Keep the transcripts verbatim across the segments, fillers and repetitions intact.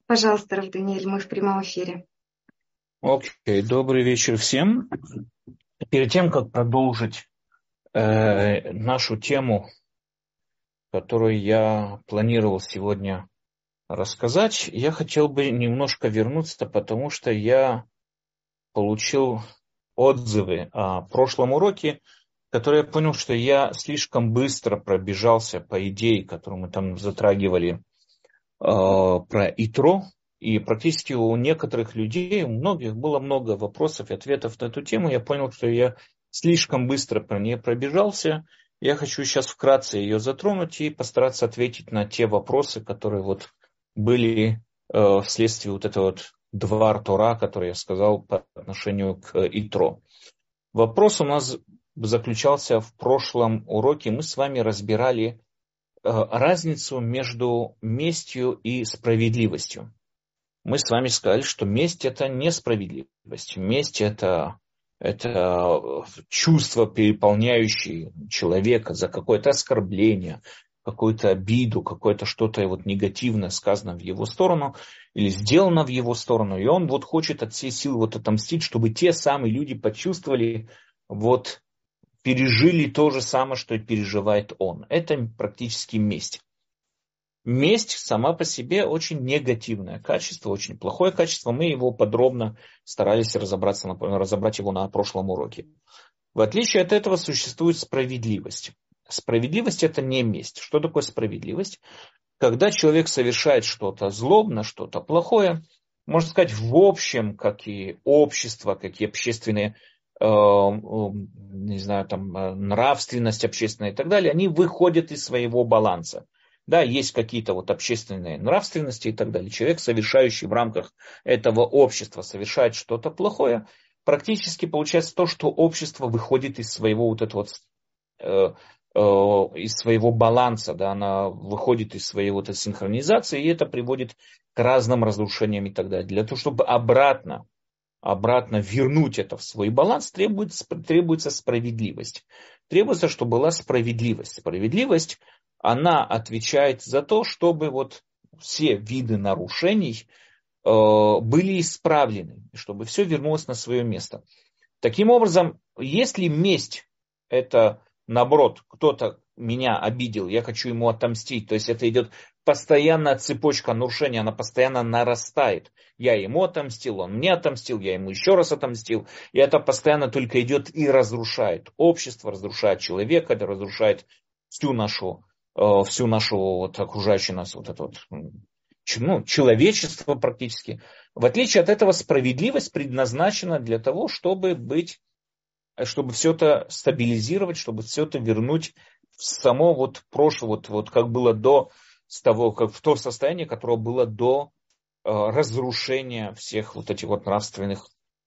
Пожалуйста, Рав Даниэль, мы в прямом эфире. Окей, добрый вечер всем. Перед тем, как продолжить э, нашу тему, которую я планировал сегодня рассказать, я хотел бы немножко вернуться, потому что я получил отзывы о прошлом уроке, которые я понял, что я слишком быстро пробежался по идее, которую мы там затрагивали, э, про ИТРО. И практически у некоторых людей, у многих было много вопросов и ответов на эту тему. Я понял, что я слишком быстро по ней пробежался. Я хочу сейчас вкратце ее затронуть и постараться ответить на те вопросы, которые вот были э, вследствие вот этого вот двар Тора, который я сказал по отношению к ИТРО. Вопрос у нас заключался в прошлом уроке. Мы с вами разбирали э, разницу между местью и справедливостью. Мы с вами сказали, что месть – это несправедливость. Месть – это, это чувство, переполняющее человека за какое-то оскорбление, какую-то обиду, какое-то что-то вот негативное сказано в его сторону или сделано в его сторону. И он вот хочет от всей силы вот отомстить, чтобы те самые люди почувствовали, вот пережили то же самое, что и переживает он. Это практически месть. Месть сама по себе очень негативное качество, очень плохое качество. Мы его подробно старались разобраться, разобрать его на прошлом уроке. В отличие от этого существует справедливость. Справедливость – это не месть. Что такое справедливость? Когда человек совершает что-то злобное, что-то плохое, можно сказать, в общем, как и общество, как и общественные, э, не знаю, там, нравственность общественная и так далее, они выходят из своего баланса. Да, есть какие-то вот общественные нравственности и так далее. Человек, совершающий в рамках этого общества, совершает что-то плохое, практически получается то, что общество выходит из своего вот этого вот, э, э, из своего баланса, да, она выходит из своей вот этой синхронизации, и это приводит к разным разрушениям и так далее. Для того, чтобы обратно, обратно вернуть это в свой баланс, требуется, требуется справедливость. Требуется, чтобы была справедливость. Справедливость она отвечает за то, чтобы вот все виды нарушений э, были исправлены, чтобы все вернулось на свое место. Таким образом, если месть это, наоборот, кто-то меня обидел, я хочу ему отомстить, то есть это идет постоянная цепочка нарушений, она постоянно нарастает. Я ему отомстил, он мне отомстил, я ему еще раз отомстил. И это постоянно только идет и разрушает общество, разрушает человека, это разрушает всю нашу всю нашу вот, окружающую нас вот это вот, ну, человечество практически. В отличие от этого, справедливость предназначена для того, чтобы быть, чтобы все это стабилизировать, чтобы все это вернуть в само вот прошлое, вот, вот как было до, с того, как в то состояние, которое было до э, разрушения всех вот этих вот нравственных,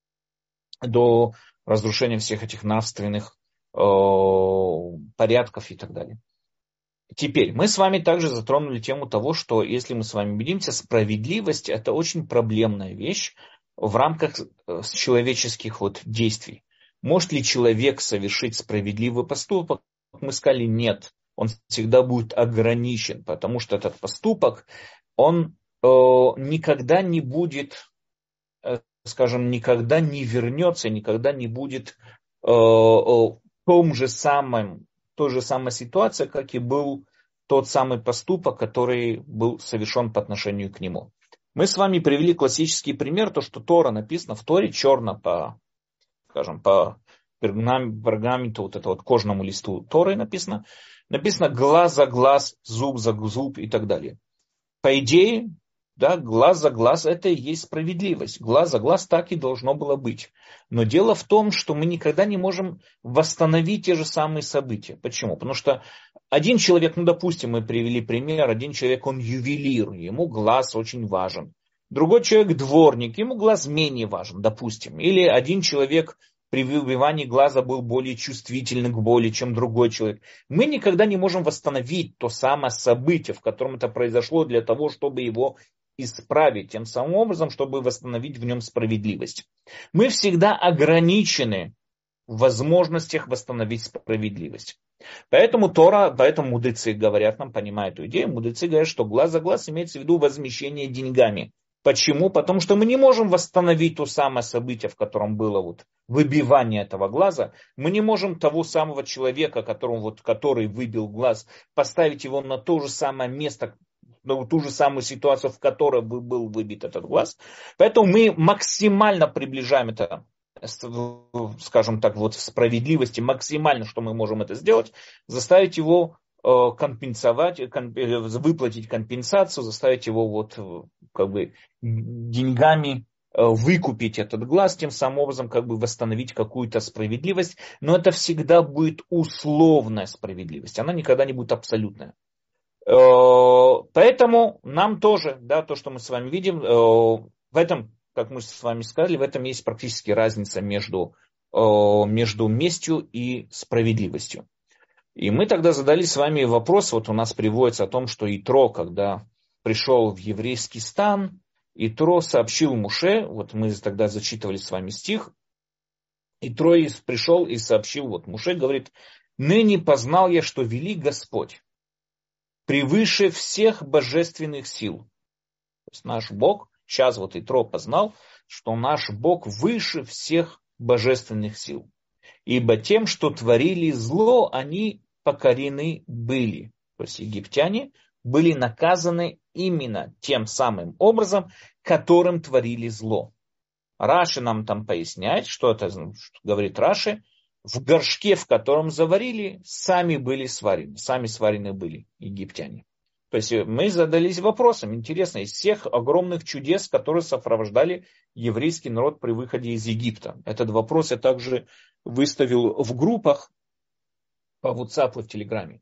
до разрушения всех этих нравственных э, порядков и так далее. Теперь, мы с вами также затронули тему того, что, если мы с вами убедимся, справедливость – это очень проблемная вещь в рамках человеческих вот действий. Может ли человек совершить справедливый поступок? Мы сказали, нет, он всегда будет ограничен, потому что этот поступок, он э, никогда не будет, э, скажем, никогда не вернется, никогда не будет э, в том же самом, той же самой ситуации, как и был тот самый поступок, который был совершен по отношению к нему. Мы с вами привели классический пример, то, что Тора написано в Торе черно по, скажем, по пергаменту, вот это вот кожному листу Торы написано, написано глаз за глаз, зуб за зуб и так далее. По идее, да, глаз за глаз это и есть справедливость. Глаз за глаз так и должно было быть. Но дело в том, что мы никогда не можем восстановить те же самые события. Почему? Потому что один человек, ну допустим, мы привели пример, один человек, он ювелир, ему глаз очень важен. Другой человек дворник, ему глаз менее важен, допустим. Или один человек при выбивании глаза был более чувствительным к боли, чем другой человек. Мы никогда не можем восстановить то самое событие, в котором это произошло, для того, чтобы его исправить, тем самым образом, чтобы восстановить в нем справедливость. Мы всегда ограничены в возможностях восстановить справедливость. Поэтому Тора, поэтому мудрецы говорят нам, понимая эту идею, мудрецы говорят, что глаз за глаз имеется в виду возмещение деньгами. Почему? Потому что мы не можем восстановить то самое событие, в котором было вот выбивание этого глаза. Мы не можем того самого человека, которому, вот, который выбил глаз, поставить его на то же самое место, на ту же самую ситуацию, в которой был выбит этот глаз. Поэтому мы максимально приближаем это, скажем так, вот в справедливости, максимально, что мы можем это сделать, заставить его компенсовать, выплатить компенсацию, заставить его вот как бы деньгами выкупить этот глаз, тем самым образом как бы восстановить какую-то справедливость. Но это всегда будет условная справедливость, она никогда не будет абсолютная. Поэтому нам тоже, да, то, что мы с вами видим, в этом, как мы с вами сказали, в этом есть практически разница между, между местью и справедливостью. И мы тогда задали с вами вопрос, вот у нас приводится о том, что Итро, когда пришел в еврейский стан, Итро сообщил Муше, вот мы тогда зачитывали с вами стих, Итро пришел и сообщил, вот Муше говорит, ныне познал я, что велик Господь, превыше всех божественных сил. То есть наш Бог, сейчас вот Итро познал, что наш Бог выше всех божественных сил. Ибо тем, что творили зло, они покорены были. То есть египтяне были наказаны именно тем самым образом, которым творили зло. Раши нам там поясняет, что это что говорит Раши. В горшке, в котором заварили, сами были сварены. Сами сварены были египтяне. То есть мы задались вопросом, интересно, из всех огромных чудес, которые сопровождали еврейский народ при выходе из Египта. Этот вопрос я также выставил в группах по WhatsApp и в Телеграме.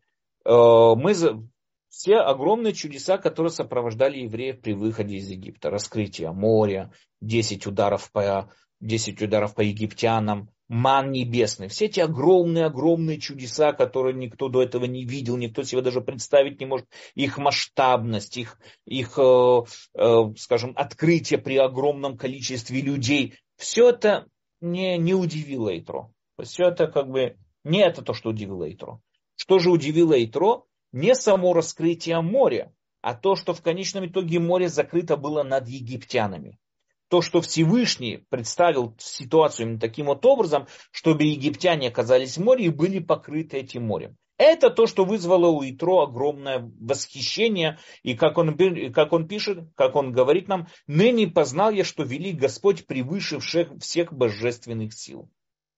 Мы все огромные чудеса, которые сопровождали евреев при выходе из Египта. Раскрытие моря, десять ударов по, десять ударов по египтянам, ман небесный. Все эти огромные-огромные чудеса, которые никто до этого не видел, никто себе даже представить не может. Их масштабность, их, их э, э, скажем, открытие при огромном количестве людей. Все это не, не удивило Итро. Все это как бы не это то, что удивило Итро. Что же удивило Итро? Не само раскрытие моря, а то, что в конечном итоге море закрыто было над египтянами. То, что Всевышний представил ситуацию именно таким вот образом, чтобы египтяне оказались в море и были покрыты этим морем. Это то, что вызвало у Итро огромное восхищение. И как он, как он пишет, как он говорит нам, «Ныне познал я, что велик Господь превыше всех, всех божественных сил».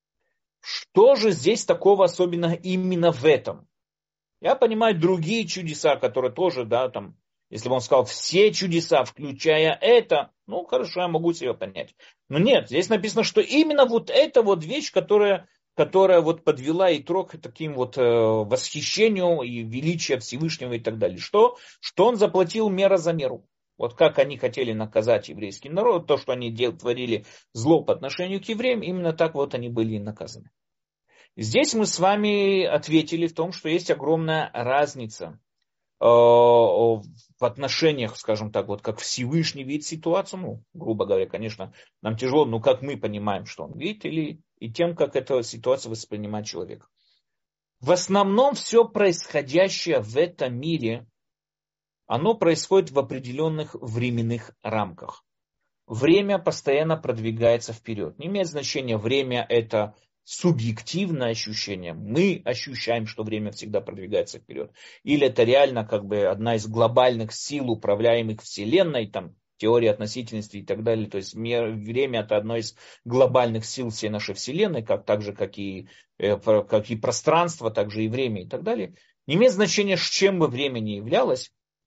Что же здесь такого особенного именно в этом? Я понимаю другие чудеса, которые тоже, да, там, если бы он сказал все чудеса, включая это, ну, хорошо, я могу себе понять. Но нет, здесь написано, что именно вот эта вот вещь, которая, которая вот подвела Итро к таким вот э, восхищению и величию Всевышнего и так далее. Что? Что он заплатил мера за меру. Вот как они хотели наказать еврейский народ, то, что они дел, творили зло по отношению к евреям, именно так вот они были и наказаны. Здесь мы с вами ответили в том, что есть огромная разница э, в отношениях, скажем так, вот как Всевышний видит ситуацию, ну, грубо говоря, конечно, нам тяжело, но как мы понимаем, что он видит, или и тем, как эта ситуация воспринимает человек. В основном все происходящее в этом мире, оно происходит в определенных временных рамках. Время постоянно продвигается вперед. Не имеет значения, время это субъективное ощущение. Мы ощущаем, что время всегда продвигается вперед. Или это реально как бы одна из глобальных сил, управляемых Вселенной, там, теория относительности и так далее. То есть время это одно из глобальных сил всей нашей Вселенной, как, так же, как и, как и пространство, так же и время и так далее. Не имеет значения, чем бы время ни являлось,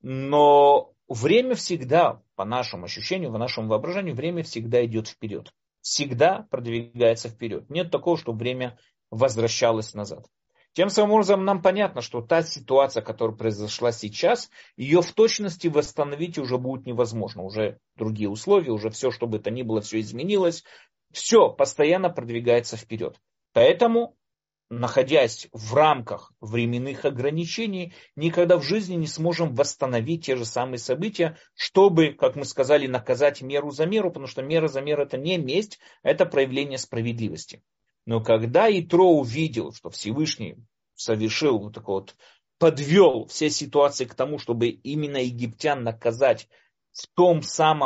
но время всегда, по нашему ощущению, по нашему воображению, время всегда идет вперед. Всегда продвигается вперед. Нет такого, чтобы время возвращалось назад. Тем самым образом нам понятно, что та ситуация, которая произошла сейчас, ее в точности восстановить уже будет невозможно. Уже другие условия, уже все, что бы то ни было, все изменилось. Все постоянно продвигается вперед. Поэтому, находясь в рамках временных ограничений, никогда в жизни не сможем восстановить те же самые события, чтобы, как мы сказали, наказать меру за меру, потому что мера за меру это не месть, это проявление справедливости. Но когда Итро увидел, что Всевышний совершил вот такой вот, подвел все ситуации к тому, чтобы именно египтян наказать в том самом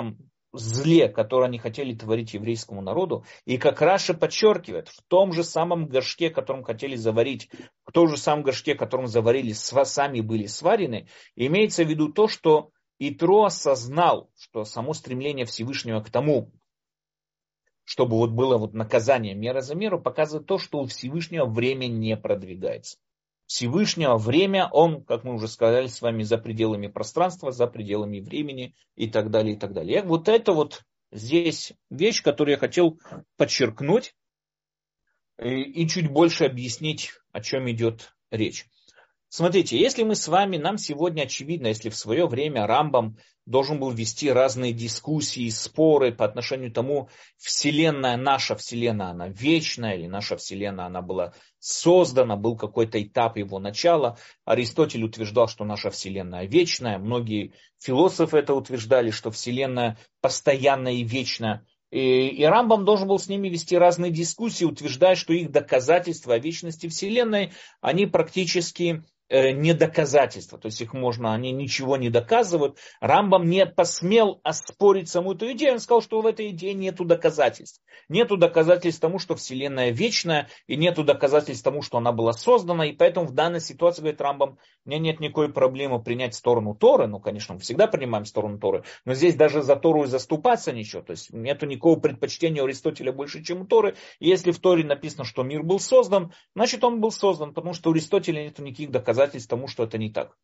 зле, которое они хотели творить еврейскому народу, и как Раши подчеркивает, в том же самом горшке, которым хотели заварить, в том же самом горшке, которым заварили, сами были сварены, имеется в виду то, что Итро осознал, что само стремление Всевышнего к тому, чтобы вот было вот наказание мера за меру, показывает то, что у Всевышнего время не продвигается. Всевышнего время, он, как мы уже сказали с вами, за пределами пространства, за пределами времени и так далее, и так далее. И вот это вот здесь вещь, которую я хотел подчеркнуть и, и чуть больше объяснить, о чем идет речь. Смотрите, если мы с вами, нам сегодня очевидно, если в свое время Рамбам должен был вести разные дискуссии, споры по отношению к тому, Вселенная, наша Вселенная, она вечная, или наша Вселенная, она была создана, был какой-то этап его начала. Аристотель утверждал, что наша Вселенная вечная, многие философы это утверждали, что Вселенная постоянная и вечная. И, и Рамбам должен был с ними вести разные дискуссии, утверждая, что их доказательства о вечности Вселенной, они практически не доказательства, то есть их можно, они ничего не доказывают. Рамбам не посмел оспорить саму эту идею, он сказал, что в этой идее нету доказательств. Нету доказательств тому, что Вселенная вечная, и нету доказательств тому, что она была создана, и поэтому в данной ситуации, говорит Рамбам, у меня нет никакой проблемы принять сторону Торы, ну, конечно, мы всегда принимаем сторону Торы, но здесь даже за Тору и заступаться ничего, то есть нету никакого предпочтения у Аристотеля больше, чем у Торы. Если в Торе написано, что мир был создан, значит он был создан, потому что у Аристотеля нету никаких доказательств тому, что это не так.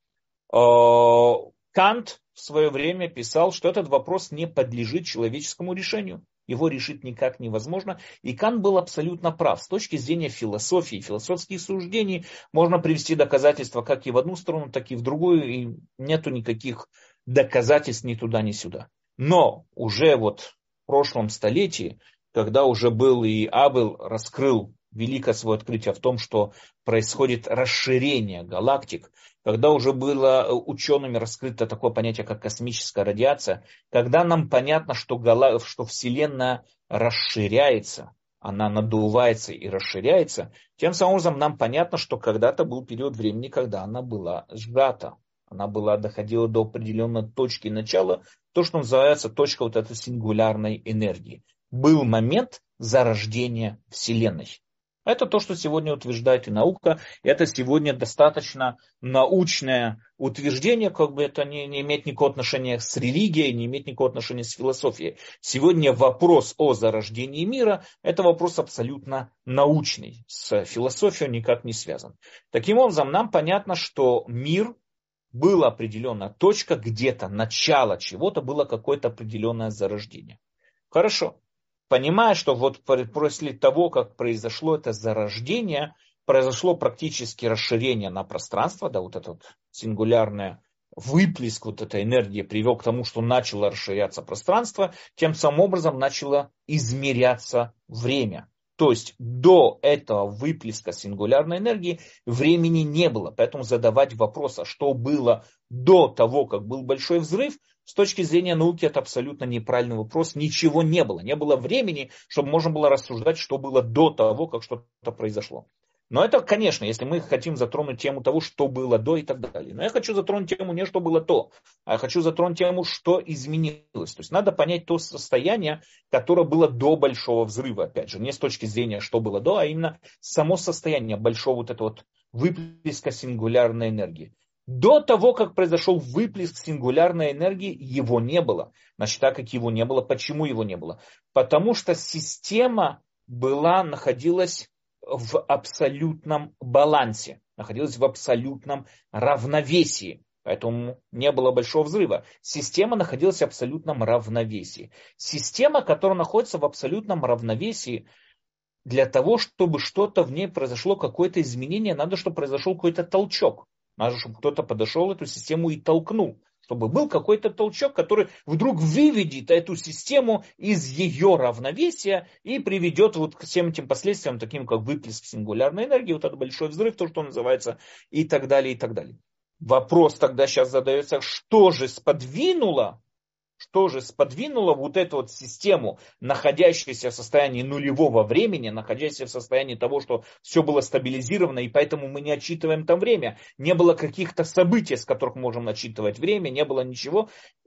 Кант в свое время писал, что этот вопрос не подлежит человеческому решению. Его решить никак невозможно. И Кант был абсолютно прав. С точки зрения философии, философских суждений, можно привести доказательства как и в одну сторону, так и в другую. И нету никаких доказательств ни туда, ни сюда. Но уже вот в прошлом столетии, когда уже был и Абел раскрыл великое свое открытие в том, что происходит расширение галактик, когда уже было учеными раскрыто такое понятие, как космическая радиация, когда нам понятно, что, гала... что Вселенная расширяется, она надувается и расширяется, тем самым образом нам понятно, что когда-то был период времени, когда она была сжата, она была, доходила до определенной точки начала, то, что называется точка вот этой сингулярной энергии. Был момент зарождения Вселенной. Это то, что сегодня утверждает и наука. Это сегодня достаточно научное утверждение, как бы это не, не имеет никакого отношения с религией, не имеет никакого отношения с философией. Сегодня вопрос о зарождении мира – это вопрос абсолютно научный. С философией никак не связан. Таким образом, нам понятно, что мир была определенная точка, где-то начало чего-то, было какое-то определенное зарождение. Хорошо. Понимая, что вот после того, как произошло это зарождение, произошло практически расширение на пространство, да, вот этот сингулярный выплеск вот этой энергии привел к тому, что начало расширяться пространство, тем самым образом начало измеряться время. То есть до этого выплеска сингулярной энергии времени не было. Поэтому задавать вопрос, а что было до того, как был большой взрыв, с точки зрения науки это абсолютно неправильный вопрос. Ничего не было. Не было времени, чтобы можно было рассуждать, что было до того, как что-то произошло. Но это, конечно, если мы хотим затронуть тему того, что было до и так далее. Но я хочу затронуть тему не что было то, а я хочу затронуть тему, что изменилось. То есть надо понять то состояние, которое было до большого взрыва. Опять же, не с точки зрения, что было до, а именно само состояние большого вот этого вот выплеска сингулярной энергии. До того, как произошел выплеск сингулярной энергии, его не было. Значит, так как его не было, почему его не было? Потому что система была, находилась в абсолютном балансе, находилась в абсолютном равновесии. Поэтому не было большого взрыва. Система находилась в абсолютном равновесии. Система, которая находится в абсолютном равновесии, для того, чтобы что-то в ней произошло, какое-то изменение, надо, чтобы произошел какой-то толчок. Надо, чтобы кто-то подошел эту систему и толкнул. Чтобы был какой-то толчок, который вдруг выведет эту систему из ее равновесия и приведет вот к всем этим последствиям, таким как выплеск сингулярной энергии, вот этот большой взрыв, то, что называется, и так далее, и так далее. Вопрос тогда сейчас задается, что же сподвинуло, что же сподвинуло вот эту вот систему, находящуюся в состоянии нулевого времени, находящуюся в состоянии того, что все было стабилизировано, и поэтому мы не отсчитываем там время. Не было каких-то событий, с которых можем отсчитывать время, не было ничего.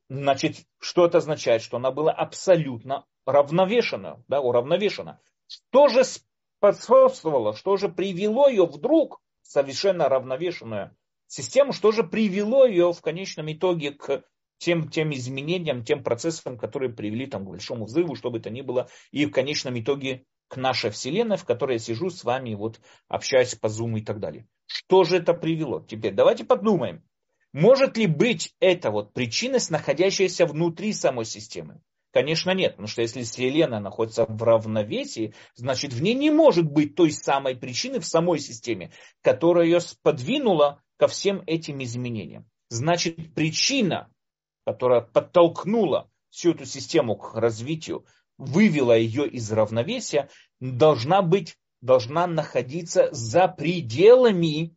Значит, что это означает? Что она была абсолютно равновешена, да, уравновешена. Что же способствовало, что же привело ее вдруг в совершенно равновешенную систему, что же привело ее в конечном итоге к тем, тем изменениям, тем процессам, которые привели там, к большому взрыву, что бы то ни было, и в конечном итоге к нашей Вселенной, в которой я сижу с вами, вот, общаюсь по Zoom и так далее. Что же это привело? Теперь давайте подумаем. Может ли быть это вот причинность, находящаяся внутри самой системы? Конечно, нет, потому что если Вселенная находится в равновесии, значит в ней не может быть той самой причины в самой системе, которая ее подвинула ко всем этим изменениям. Значит, причина, которая подтолкнула всю эту систему к развитию, вывела ее из равновесия, должна быть, должна находиться за пределами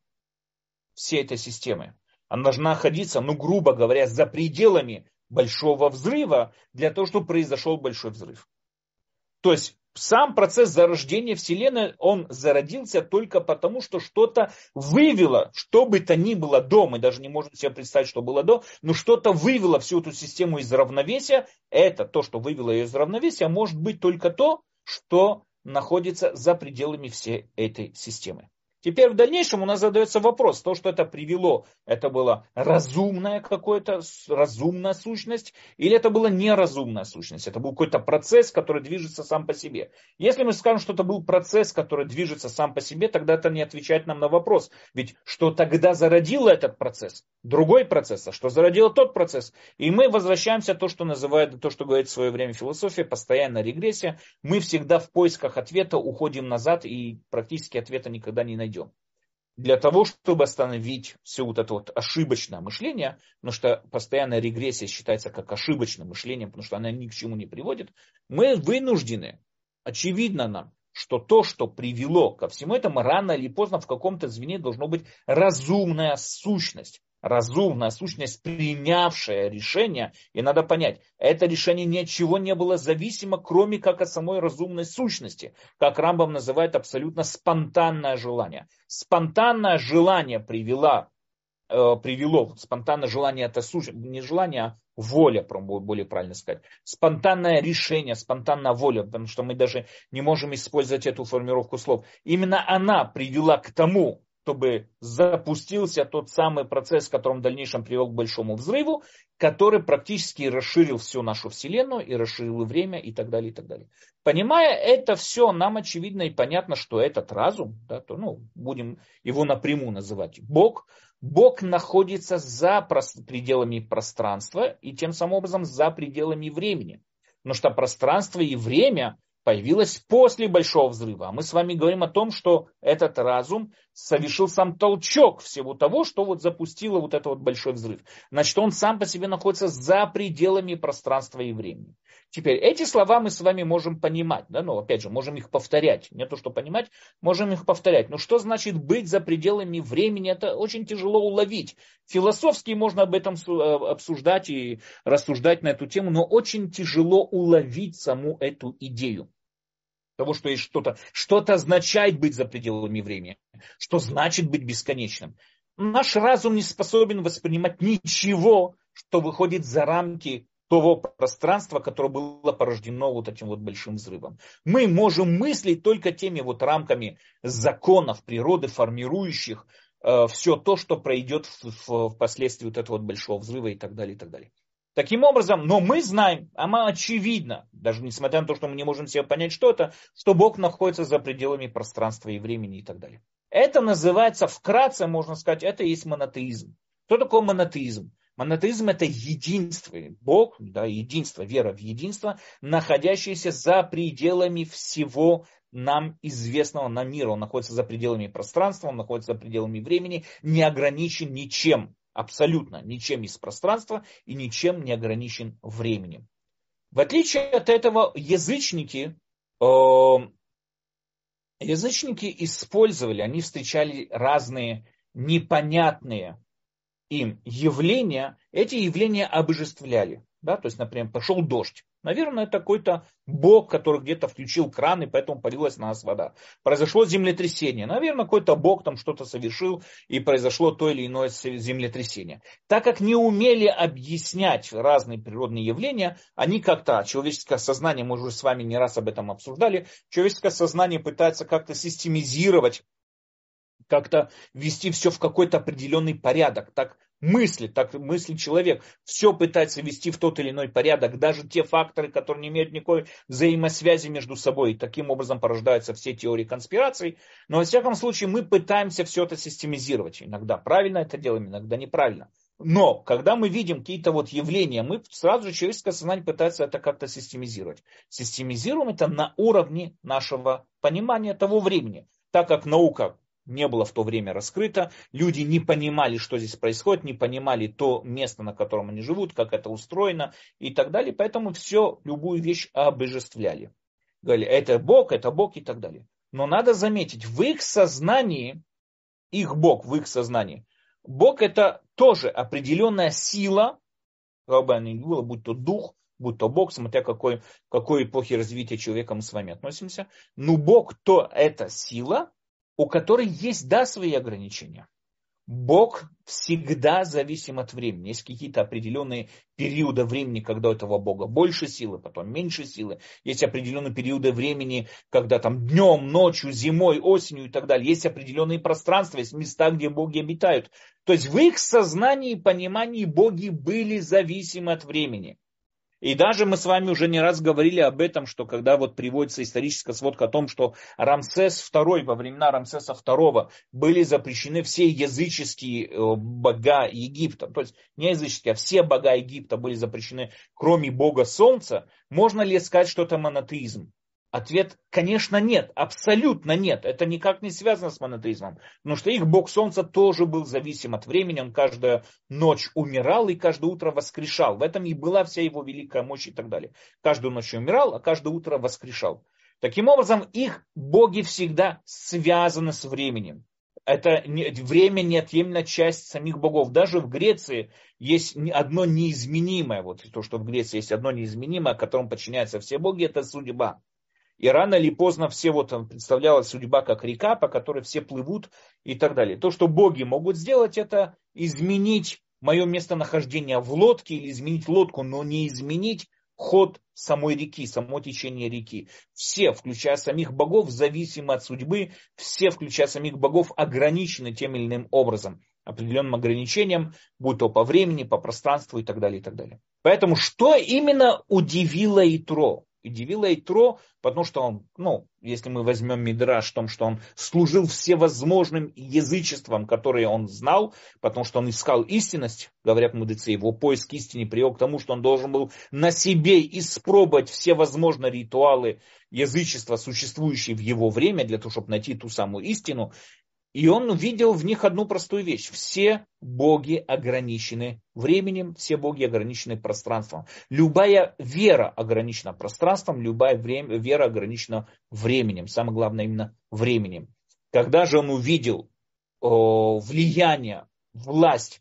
всей этой системы. Она должна находиться, ну, грубо говоря, за пределами большого взрыва, для того, чтобы произошел большой взрыв. То есть сам процесс зарождения Вселенной, он зародился только потому, что что-то вывело, что бы то ни было до, мы даже не можем себе представить, что было до, но что-то вывело всю эту систему из равновесия. Это то, что вывело ее из равновесия, может быть только то, что находится за пределами всей этой системы. Теперь в дальнейшем у нас задается вопрос, то, что это привело, это была разумная какая-то, разумная сущность, или это была неразумная сущность, это был какой-то процесс, который движется сам по себе. Если мы скажем, что это был процесс, который движется сам по себе, тогда это не отвечает нам на вопрос, ведь что тогда зародило этот процесс? Другой процесс, а что зародило тот процесс? И мы возвращаемся к то, что называют, то, что говорит в свое время философия, постоянная регрессия. Мы всегда в поисках ответа уходим назад и практически ответа никогда не найдем. Для того, чтобы остановить все вот это вот ошибочное мышление, потому что постоянная регрессия считается как ошибочным мышлением, потому что она ни к чему не приводит, мы вынуждены, очевидно нам, что то, что привело ко всему этому, рано или поздно в каком-то звене должно быть разумная сущность. Разумная сущность, принявшая решение, и надо понять, это решение ни от чего не было зависимо, кроме как от самой разумной сущности, как Рамбам называет абсолютно спонтанное желание. Спонтанное желание привело, э, привело спонтанное желание, это сущность, не желание, а воля, более правильно сказать. Спонтанное решение, спонтанная воля, потому что мы даже не можем использовать эту формировку слов. Именно она привела к тому, чтобы запустился тот самый процесс, который в дальнейшем привел к большому взрыву, который практически расширил всю нашу Вселенную и расширил время и так далее, и так далее. Понимая это все, нам очевидно и понятно, что этот разум, да, то, ну, будем его напрямую называть Бог, Бог находится за пределами пространства и тем самым образом за пределами времени. Потому что пространство и время появилось после Большого взрыва. А мы с вами говорим о том, что этот разум совершил сам толчок всего того, что вот запустило вот этот вот большой взрыв. Значит, он сам по себе находится за пределами пространства и времени. Теперь, эти слова мы с вами можем понимать, да, но опять же, можем их повторять. Не то, что понимать, можем их повторять. Но что значит быть за пределами времени? Это очень тяжело уловить. Философски можно об этом обсуждать и рассуждать на эту тему, но очень тяжело уловить саму эту идею. Того, что есть что-то, что-то означает быть за пределами времени, что значит быть бесконечным. Наш разум не способен воспринимать ничего, что выходит за рамки того пространства, которое было порождено вот этим вот большим взрывом. Мы можем мыслить только теми вот рамками законов природы, формирующих э, все то, что пройдет впоследствии вот этого вот большого взрыва и так далее, и так далее. Таким образом, но мы знаем, а мы очевидно, даже несмотря на то, что мы не можем себе понять, что это, что Бог находится за пределами пространства и времени и так далее. Это называется, вкратце можно сказать, это и есть монотеизм. Что такое монотеизм? Монотеизм — это единство. Бог, да, единство, вера в единство, находящееся за пределами всего нам известного нам мира. Он находится за пределами пространства, он находится за пределами времени, не ограничен ничем. Абсолютно ничем из пространства и ничем не ограничен временем. В отличие от этого, язычники, э, язычники использовали, они встречали разные непонятные им явления, эти явления обожествляли. Да? То есть, например, пошел дождь. Наверное, это какой-то бог, который где-то включил кран, и поэтому полилась на нас вода. Произошло землетрясение. Наверное, какой-то бог там что-то совершил, и произошло то или иное землетрясение. Так как не умели объяснять разные природные явления, они как-то, человеческое сознание, мы уже с вами не раз об этом обсуждали, человеческое сознание пытается как-то системизировать, как-то ввести все в какой-то определенный порядок. Так мыслит, так мыслит человек. Все пытается ввести в тот или иной порядок. Даже те факторы, которые не имеют никакой взаимосвязи между собой. Таким образом порождаются все теории конспираций. Но во всяком случае мы пытаемся все это системизировать. Иногда правильно это делаем, иногда неправильно. Но когда мы видим какие-то вот явления, мы сразу же человеческое сознание пытается это как-то системизировать. Системизируем это на уровне нашего понимания того времени. Так как наука не было в то время раскрыто, люди не понимали, что здесь происходит, не понимали то место, на котором они живут, как это устроено и так далее. Поэтому все, любую вещь обожествляли. Говорили, это Бог, это Бог и так далее. Но надо заметить, в их сознании, их Бог, в их сознании, Бог это тоже определенная сила, как бы она ни была, будь то дух, будь то Бог, смотря какой, к какой эпохе развития человека мы с вами относимся. Но Бог то это сила, у которой есть, да, свои ограничения. Бог всегда зависим от времени. Есть какие-то определенные периоды времени, когда у этого Бога больше силы, потом меньше силы. Есть определенные периоды времени, когда там днем, ночью, зимой, осенью и так далее. Есть определенные пространства, есть места, где боги обитают. То есть в их сознании и понимании боги были зависимы от времени. И даже мы с вами уже не раз говорили об этом, что когда вот приводится историческая сводка о том, что Рамсес второй, во времена Рамсеса второго были запрещены все языческие бога Египта. То есть не языческие, а все бога Египта были запрещены, кроме бога Солнца. Можно ли сказать, что это монотеизм? Ответ, конечно, нет, абсолютно нет. Это никак не связано с монотеизмом. Потому что их бог Солнца тоже был зависим от времени. Он каждую ночь умирал и каждое утро воскрешал. В этом и была вся его великая мощь и так далее. Каждую ночь умирал, а каждое утро воскрешал. Таким образом, их боги всегда связаны с временем. Это время неотъемлемая часть самих богов. Даже в Греции есть одно неизменимое. Вот то, что в Греции есть одно неизменимое, которому подчиняются все боги, это судьба. И рано или поздно все вот представлялась судьба как река, по которой все плывут и так далее. То, что боги могут сделать, это изменить мое местонахождение в лодке или изменить лодку, но не изменить ход самой реки, само течение реки. Все, включая самих богов, зависимы от судьбы, все, включая самих богов, ограничены тем или иным образом, определенным ограничением, будь то по времени, по пространству и так далее, и так далее. Поэтому что именно удивило Итро? Удивило Итро, потому что он, ну, если мы возьмем Мидраш в том, что он служил всевозможным язычествам, которые он знал, потому что он искал истинность, говорят мудрецы, его поиск истины привел к тому, что он должен был на себе испробовать все возможные ритуалы язычества, существующие в его время, для того, чтобы найти ту самую истину. И он увидел в них одну простую вещь. Все боги ограничены временем, все боги ограничены пространством. Любая вера ограничена пространством, любая время, вера ограничена временем. Самое главное именно временем. Когда же он увидел о, влияние, власть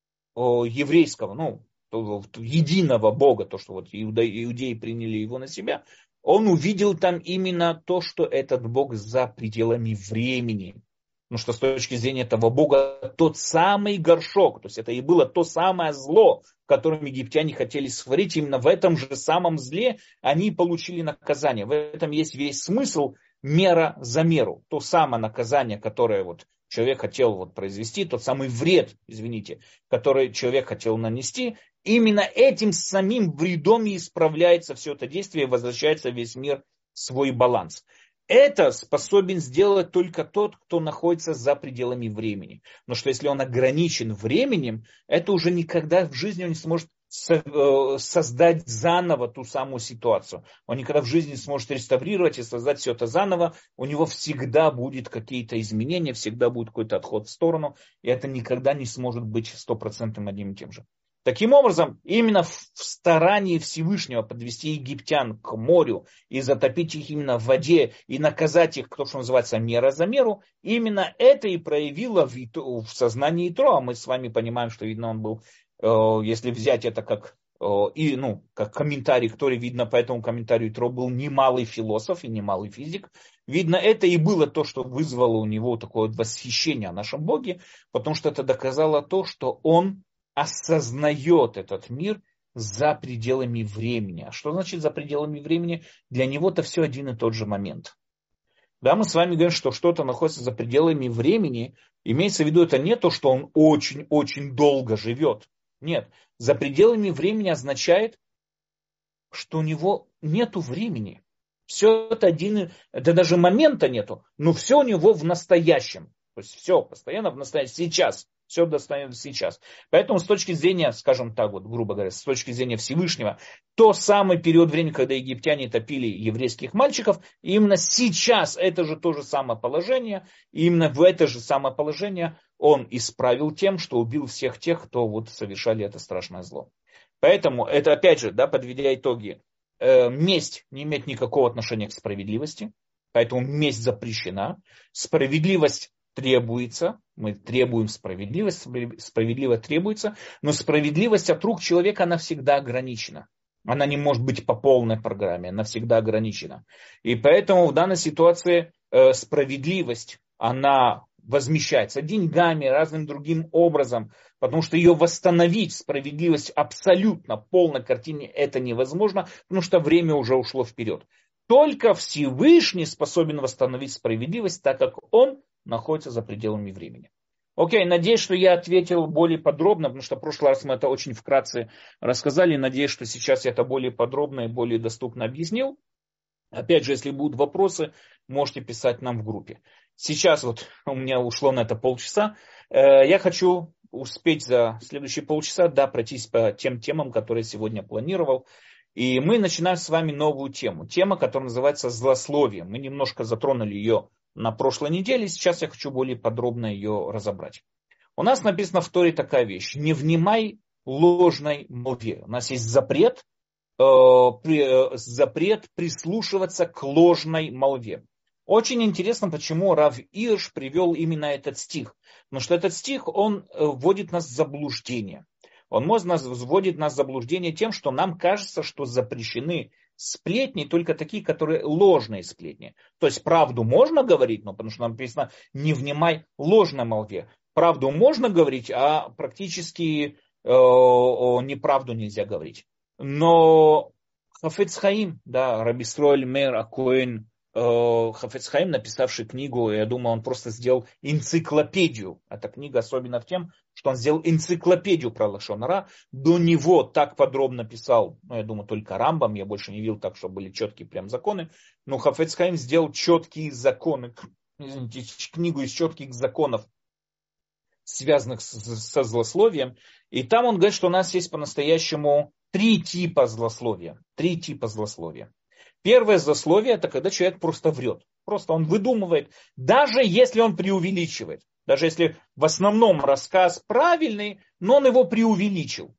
о, еврейского, ну, единого бога, то, что вот иудеи приняли его на себя, он увидел там именно то, что этот бог за пределами времени. Потому что с точки зрения этого бога тот самый горшок, то есть это и было то самое зло, которым египтяне хотели сотворить, именно в этом же самом зле они получили наказание. В этом есть весь смысл, мера за меру. То самое наказание, которое вот человек хотел вот произвести, тот самый вред, извините, который человек хотел нанести, именно этим самим вредом и исправляется все это действие, и возвращается весь мир в свой баланс. Это способен сделать только тот, кто находится за пределами времени. Но что если он ограничен временем, это уже никогда в жизни он не сможет создать заново ту самую ситуацию. Он никогда в жизни не сможет реставрировать и создать все это заново. У него всегда будут какие-то изменения, всегда будет какой-то отход в сторону. И это никогда не сможет быть стопроцентным одним и тем же. Таким образом, именно в старании Всевышнего подвести египтян к морю и затопить их именно в воде и наказать их, то, что называется, мера за меру, именно это и проявило в, в сознании Итро. А мы с вами понимаем, что, видно, он был, если взять это как и, ну, как комментарий, который, видно, по этому комментарию Итро был немалый философ и немалый физик. Видно, это и было то, что вызвало у него такое вот восхищение о нашем Боге, потому что это доказало то, что он осознает этот мир за пределами времени. А что значит за пределами времени? Для него-то все один и тот же момент. Да, мы с вами говорим, что что-то находится за пределами времени. Имеется в виду, это не то, что он очень-очень долго живет. Нет, за пределами времени означает, что у него нету времени. Все это один, это даже момента нету, но все у него в настоящем. То есть все постоянно в настоящем, сейчас. Все достоянно сейчас. Поэтому с точки зрения, скажем так, вот, грубо говоря, с точки зрения Всевышнего, то самый период времени, когда египтяне топили еврейских мальчиков, именно сейчас это же то же самое положение, и именно в это же самое положение он исправил тем, что убил всех тех, кто вот совершали это страшное зло. Поэтому это, опять же, да, подведя итоги, э, месть не имеет никакого отношения к справедливости, поэтому месть запрещена, справедливость требуется, мы требуем справедливость, справедливость требуется, но справедливость от рук человека, она всегда ограничена. Она не может быть по полной программе, она всегда ограничена. И поэтому в данной ситуации э, справедливость, она возмещается деньгами, разным другим образом, потому что ее восстановить, справедливость абсолютно полной картине, это невозможно, потому что время уже ушло вперед. Только Всевышний способен восстановить справедливость, так как он находится за пределами времени. Окей, надеюсь, что я ответил более подробно, потому что в прошлый раз мы это очень вкратце рассказали. Надеюсь, что сейчас я это более подробно и более доступно объяснил. Опять же, если будут вопросы, можете писать нам в группе. Сейчас вот у меня ушло на это полчаса. Я хочу успеть за следующие полчаса, да, пройтись по тем темам, которые сегодня планировал. И мы начинаем с вами новую тему. Тема, которая называется злословие. Мы немножко затронули ее на прошлой неделе. Сейчас я хочу более подробно ее разобрать. У нас написано в Торе такая вещь. Не внимай ложной молве. У нас есть запрет, э, при, э, запрет прислушиваться к ложной молве. Очень интересно, почему Рав Ирш привел именно этот стих. Потому что этот стих, он вводит нас в заблуждение. Он может нас, вводит нас в заблуждение тем, что нам кажется, что запрещены сплетни, только такие, которые ложные сплетни. То есть правду можно говорить, но потому что написано «не внимай ложной молве». Правду можно говорить, а практически э, неправду нельзя говорить. Но Хафец Хаим, да, Раби Исроэль Меир а-Коэн, Хафец Хаим, написавший книгу, я думаю, он просто сделал энциклопедию. Эта книга особенно в тем, что он сделал энциклопедию про лашон ара. До него так подробно писал, ну, я думаю, только Рамбам, я больше не видел так, чтобы были четкие прям законы. Но Хафец Хаим сделал четкие законы, извините, книгу из четких законов, связанных со злословием. И там он говорит, что у нас есть по-настоящему три типа злословия. Три типа злословия. Первое злословие — это когда человек просто врет. Просто он выдумывает, даже если он преувеличивает. Даже если в основном рассказ правильный, но он его преувеличил.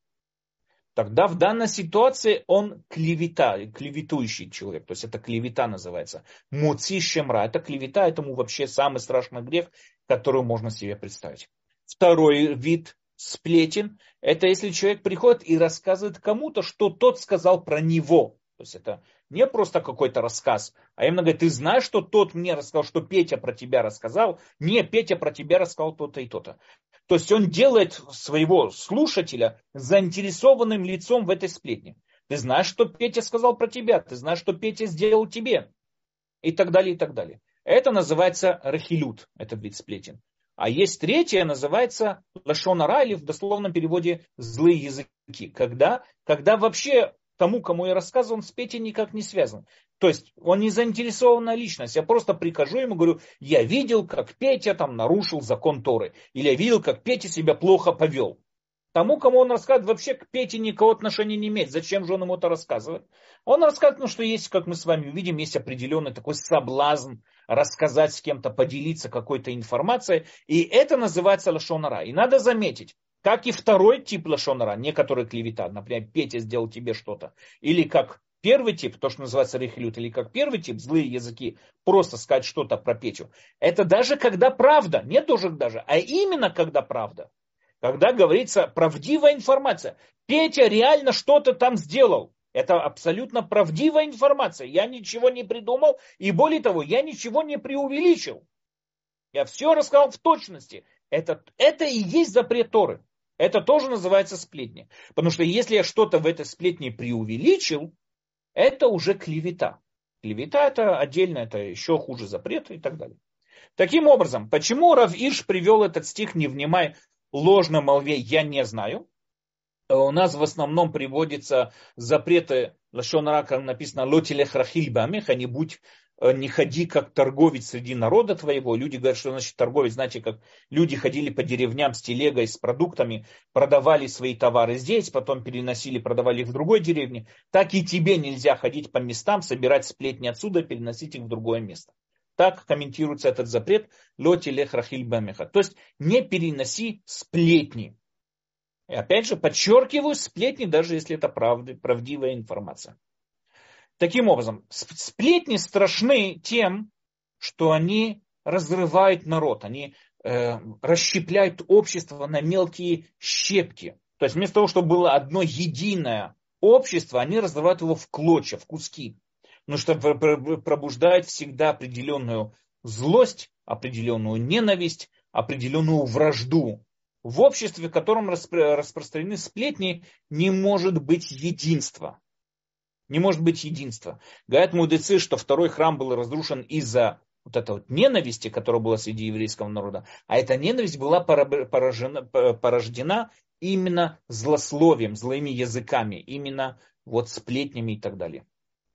Тогда в данной ситуации он клевета, клеветующий человек. То есть это клевета называется. Муци шемра. Это клевета, этому вообще самый страшный грех, который можно себе представить. Второй вид сплетен — это если человек приходит и рассказывает кому-то, что тот сказал про него. То есть это не просто какой-то рассказ, а именно говорит, ты знаешь, что тот мне рассказал, что Петя про тебя рассказал? Не, Петя про тебя рассказал то-то и то-то. То есть он делает своего слушателя заинтересованным лицом в этой сплетне. Ты знаешь, что Петя сказал про тебя, ты знаешь, что Петя сделал тебе. И так далее, и так далее. Это называется рахилют, это вид сплетен. А есть третье, называется лашон ара, или в дословном переводе злые языки. Когда, когда вообще тому, кому я рассказывал, он с Петей никак не связан. То есть он не заинтересованная личность. Я просто прихожу ему, говорю, я видел, как Петя там нарушил закон Торы. Или я видел, как Петя себя плохо повел. Тому, кому он рассказывает, вообще к Пете никакого отношения не имеет. Зачем же он ему это рассказывает? Он рассказывает, ну, что есть, как мы с вами увидим, есть определенный такой соблазн рассказать с кем-то, поделиться какой-то информацией. И это называется лашон ара. И надо заметить, как и второй тип лашон ара, не который клевета, например, Петя сделал тебе что-то. Или как первый тип, то, что называется рехилют, или как первый тип, злые языки, просто сказать что-то про Петю. Это даже когда правда, не тоже даже, а именно когда правда. Когда говорится правдивая информация. Петя реально что-то там сделал. Это абсолютно правдивая информация. Я ничего не придумал. И более того, я ничего не преувеличил. Я все рассказал в точности. Это, это и есть запрет Торы. Это тоже называется сплетни. Потому что если я что-то в этой сплетне преувеличил, это уже клевета. Клевета это отдельно, это еще хуже запрета и так далее. Таким образом, почему Рав Ирш привел этот стих «Не внимай ложной молве», я не знаю. У нас в основном приводятся запреты лашон ара, как написано «Ло телех рахиль беамеха», не будь, не ходи как торговец среди народа твоего. Люди говорят, что значит торговец, знаете, как люди ходили по деревням с телегой, с продуктами, продавали свои товары здесь, потом переносили, продавали их в другой деревне. Так и тебе нельзя ходить по местам, собирать сплетни отсюда, переносить их в другое место. Так комментируется этот запрет «Ло телех рахиль беамеха». То есть не переноси сплетни. И опять же, подчеркиваю, сплетни, даже если это правда, правдивая информация. Таким образом, сплетни страшны тем, что они разрывают народ, они э, расщепляют общество на мелкие щепки. То есть вместо того, чтобы было одно единое общество, они разрывают его в клочья, в куски. Потому что пробуждает всегда определенную злость, определенную ненависть, определенную вражду. В обществе, в котором распро- распространены сплетни, не может быть единства. Не может быть единства. Говорят мудрецы, что второй храм был разрушен из-за вот этой вот ненависти, которая была среди еврейского народа. А эта ненависть была поражена, порождена именно злословием, злыми языками, именно вот сплетнями и так далее.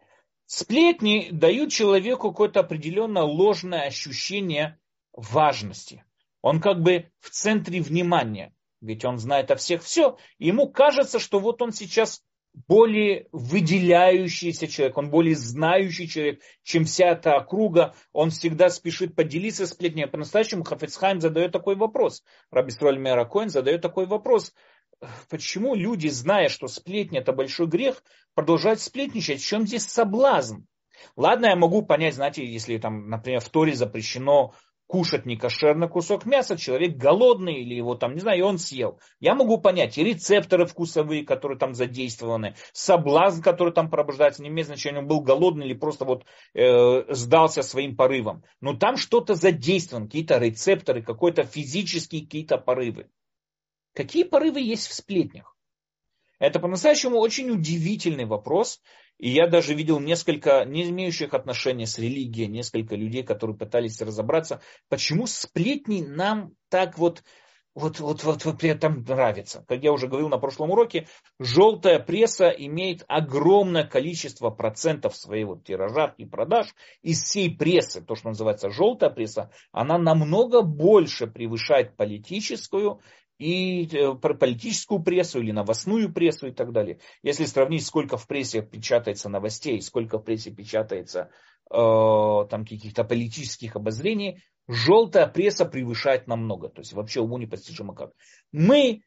Сплетни дают человеку какое-то определенное ложное ощущение важности. Он как бы в центре внимания, ведь он знает о всех все. И ему кажется, что вот он сейчас более выделяющийся человек, он более знающий человек, чем вся эта округа. Он всегда спешит поделиться сплетнями. По-настоящему Хафец Хаим задает такой вопрос. Раби Исроэль Меир ха-Коэн задает такой вопрос. Почему люди, зная, что сплетня это большой грех, продолжают сплетничать? В чем здесь соблазн? Ладно, я могу понять, знаете, если там, например, в Торе запрещено кушать некошерный кусок мяса, человек голодный или его там, не знаю, и он съел. Я могу понять и рецепторы вкусовые, которые там задействованы, соблазн, который там пробуждается, не имеет значения, он был голодный или просто вот э, сдался своим порывам. Но там что-то задействовано, какие-то рецепторы, какой-то физические какие-то порывы. Какие порывы есть в сплетнях? Это по-настоящему очень удивительный вопрос. И я даже видел несколько не имеющих отношения с религией, несколько людей, которые пытались разобраться, почему сплетни нам так вот, вот, вот, вот, вот при этом нравятся. Как я уже говорил на прошлом уроке, желтая пресса имеет огромное количество процентов своего тиража и продаж. Из всей прессы, то, что называется желтая пресса, она намного больше превышает политическую, и политическую прессу или новостную прессу и так далее. Если сравнить, сколько в прессе печатается новостей, сколько в прессе печатается э, там каких-то политических обозрений, желтая пресса превышает намного. То есть вообще уму непостижимо как. Мы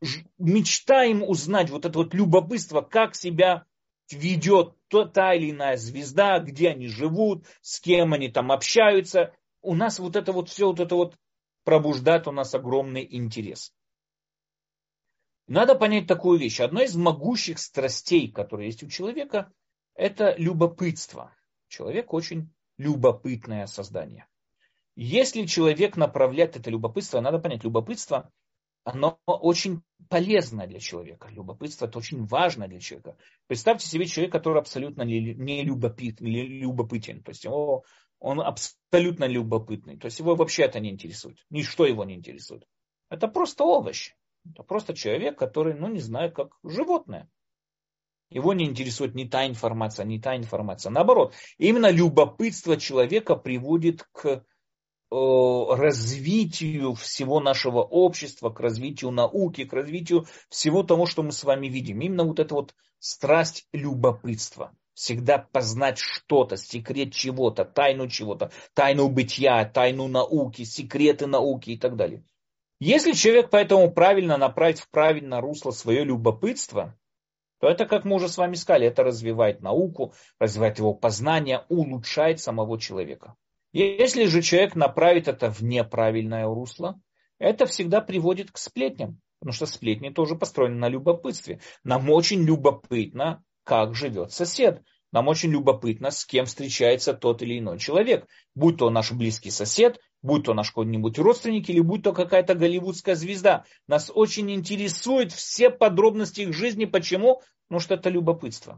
мечтаем узнать вот это вот любопытство, как себя ведет та или иная звезда, где они живут, с кем они там общаются. У нас вот это вот все вот это вот пробуждает у нас огромный интерес. Надо понять такую вещь. Одна из могущих страстей, которые есть у человека, это любопытство. Человек очень любопытное создание. Если человек направляет это любопытство, надо понять, любопытство, оно очень полезно для человека. Любопытство это очень важно для человека. Представьте себе человека, который абсолютно не любопыт, любопытен. То есть его, он абсолютно любопытный. То есть его вообще это не интересует. Ничто его не интересует. Это просто овощ. Это просто человек, который, ну не знаю, как животное. Его не интересует ни та информация, ни та информация. Наоборот, именно любопытство человека приводит к о, развитию всего нашего общества, к развитию науки, к развитию всего того, что мы с вами видим. Именно вот эта вот страсть любопытства. Всегда познать что-то, секрет чего-то, тайну чего-то, тайну бытия, тайну науки, секреты науки и так далее. Если человек поэтому правильно направить в правильное русло свое любопытство, то это, как мы уже с вами сказали, это развивает науку, развивает его познание, улучшает самого человека. Если же человек направит это в неправильное русло, это всегда приводит к сплетням. Потому что сплетни тоже построены на любопытстве. Нам очень любопытно, как живет сосед. Нам очень любопытно, с кем встречается тот или иной человек. Будь то наш близкий сосед, будь то наш какой-нибудь родственник, или будь то какая-то голливудская звезда. Нас очень интересуют все подробности их жизни. Почему? Потому что это любопытство.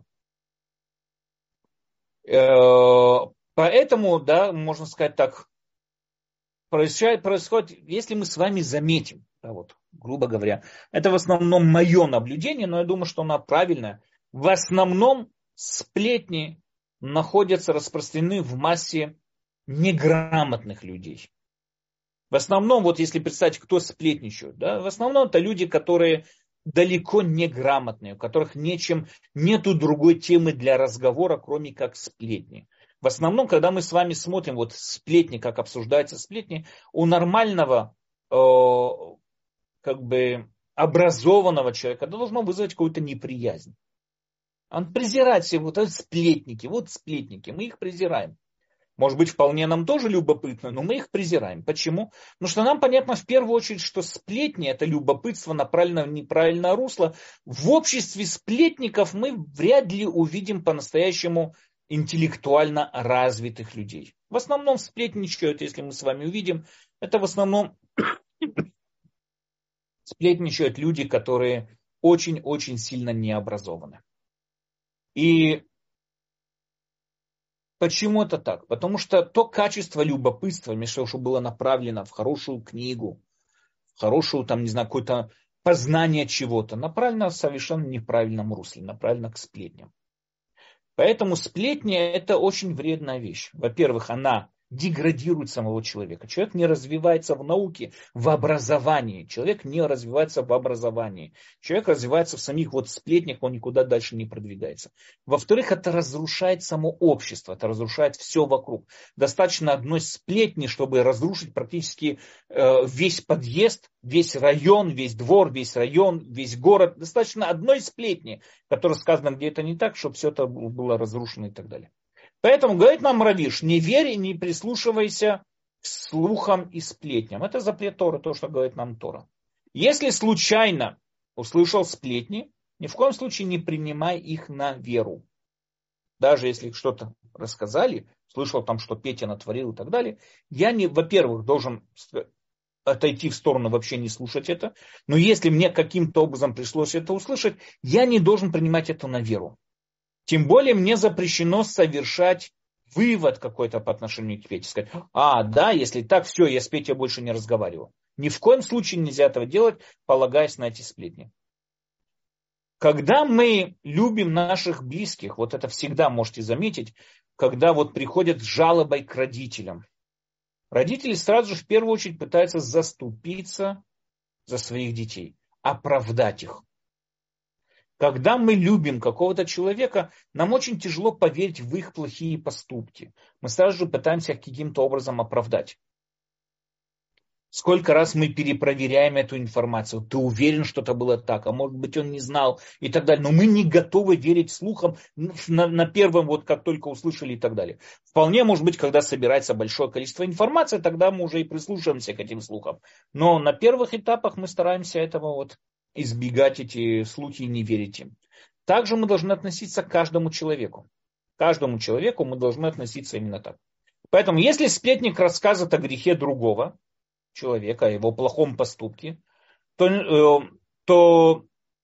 Поэтому, да, можно сказать так, происходит, происходит, если мы с вами заметим, да, вот, грубо говоря, это в основном мое наблюдение, но я думаю, что оно правильное. В основном сплетни находятся распространены в массе неграмотных людей. В основном, вот если представить, кто сплетничает, да, в основном это люди, которые далеко не грамотные, у которых нечем, нету другой темы для разговора, кроме как сплетни. В основном, когда мы с вами смотрим вот сплетни, как обсуждаются сплетни, у нормального, э, как бы образованного человека это должно вызвать какую-то неприязнь. Он презирает все вот эти сплетники, вот сплетники, мы их презираем. Может быть, вполне нам тоже любопытно, но мы их презираем. Почему? Потому что нам понятно в первую очередь, что сплетни – это любопытство направлено в неправильное русло. В обществе сплетников мы вряд ли увидим по-настоящему интеллектуально развитых людей. В основном сплетничают, если мы с вами увидим, это в основном сплетничают люди, которые очень-очень сильно не образованы. И почему это так? Потому что то качество любопытства, вместо того, чтобы было направлено в хорошую книгу, в хорошую, там, не знаю, какое-то познание чего-то, направлено в совершенно неправильном русле, направлено к сплетням. Поэтому сплетня – это очень вредная вещь. Во-первых, она деградирует самого человека. Человек не развивается в науке, в образовании. Человек не развивается в образовании. Человек развивается в самих вот сплетнях, он никуда дальше не продвигается. Во-вторых, это разрушает само общество, это разрушает все вокруг. Достаточно одной сплетни, чтобы разрушить практически э, весь подъезд, весь район, весь двор, весь район, весь город. Достаточно одной сплетни, которая сказана где-то не так, чтобы все это было разрушено и так далее. Поэтому говорит нам Рав Ирш, не верь и не прислушивайся к слухам и сплетням. Это запрет Торы, то, что говорит нам Тора. Если случайно услышал сплетни, ни в коем случае не принимай их на веру. Даже если что-то рассказали, слышал там, что Петя натворил и так далее, я, не, во-первых, должен отойти в сторону, вообще не слушать это. Но если мне каким-то образом пришлось это услышать, я не должен принимать это на веру. Тем более мне запрещено совершать вывод какой-то по отношению к Пете. Сказать, а, да, если так, все, я с Петей больше не разговариваю. Ни в коем случае нельзя этого делать, полагаясь на эти сплетни. Когда мы любим наших близких, вот это всегда можете заметить, когда вот приходят с жалобой к родителям. Родители сразу же в первую очередь пытаются заступиться за своих детей, оправдать их. Когда мы любим какого-то человека, нам очень тяжело поверить в их плохие поступки. Мы сразу же пытаемся их каким-то образом оправдать. Сколько раз мы перепроверяем эту информацию. Ты уверен, что это было так, а может быть он не знал и так далее. Но мы не готовы верить слухам на, на первом, вот как только услышали и так далее. Вполне может быть, когда собирается большое количество информации, тогда мы уже и прислушиваемся к этим слухам. Но на первых этапах мы стараемся этого вот избегать эти слухи и не верить им. Также мы должны относиться к каждому человеку. К каждому человеку мы должны относиться именно так. Поэтому, если сплетник рассказывает о грехе другого человека, о его плохом поступке, то, э, то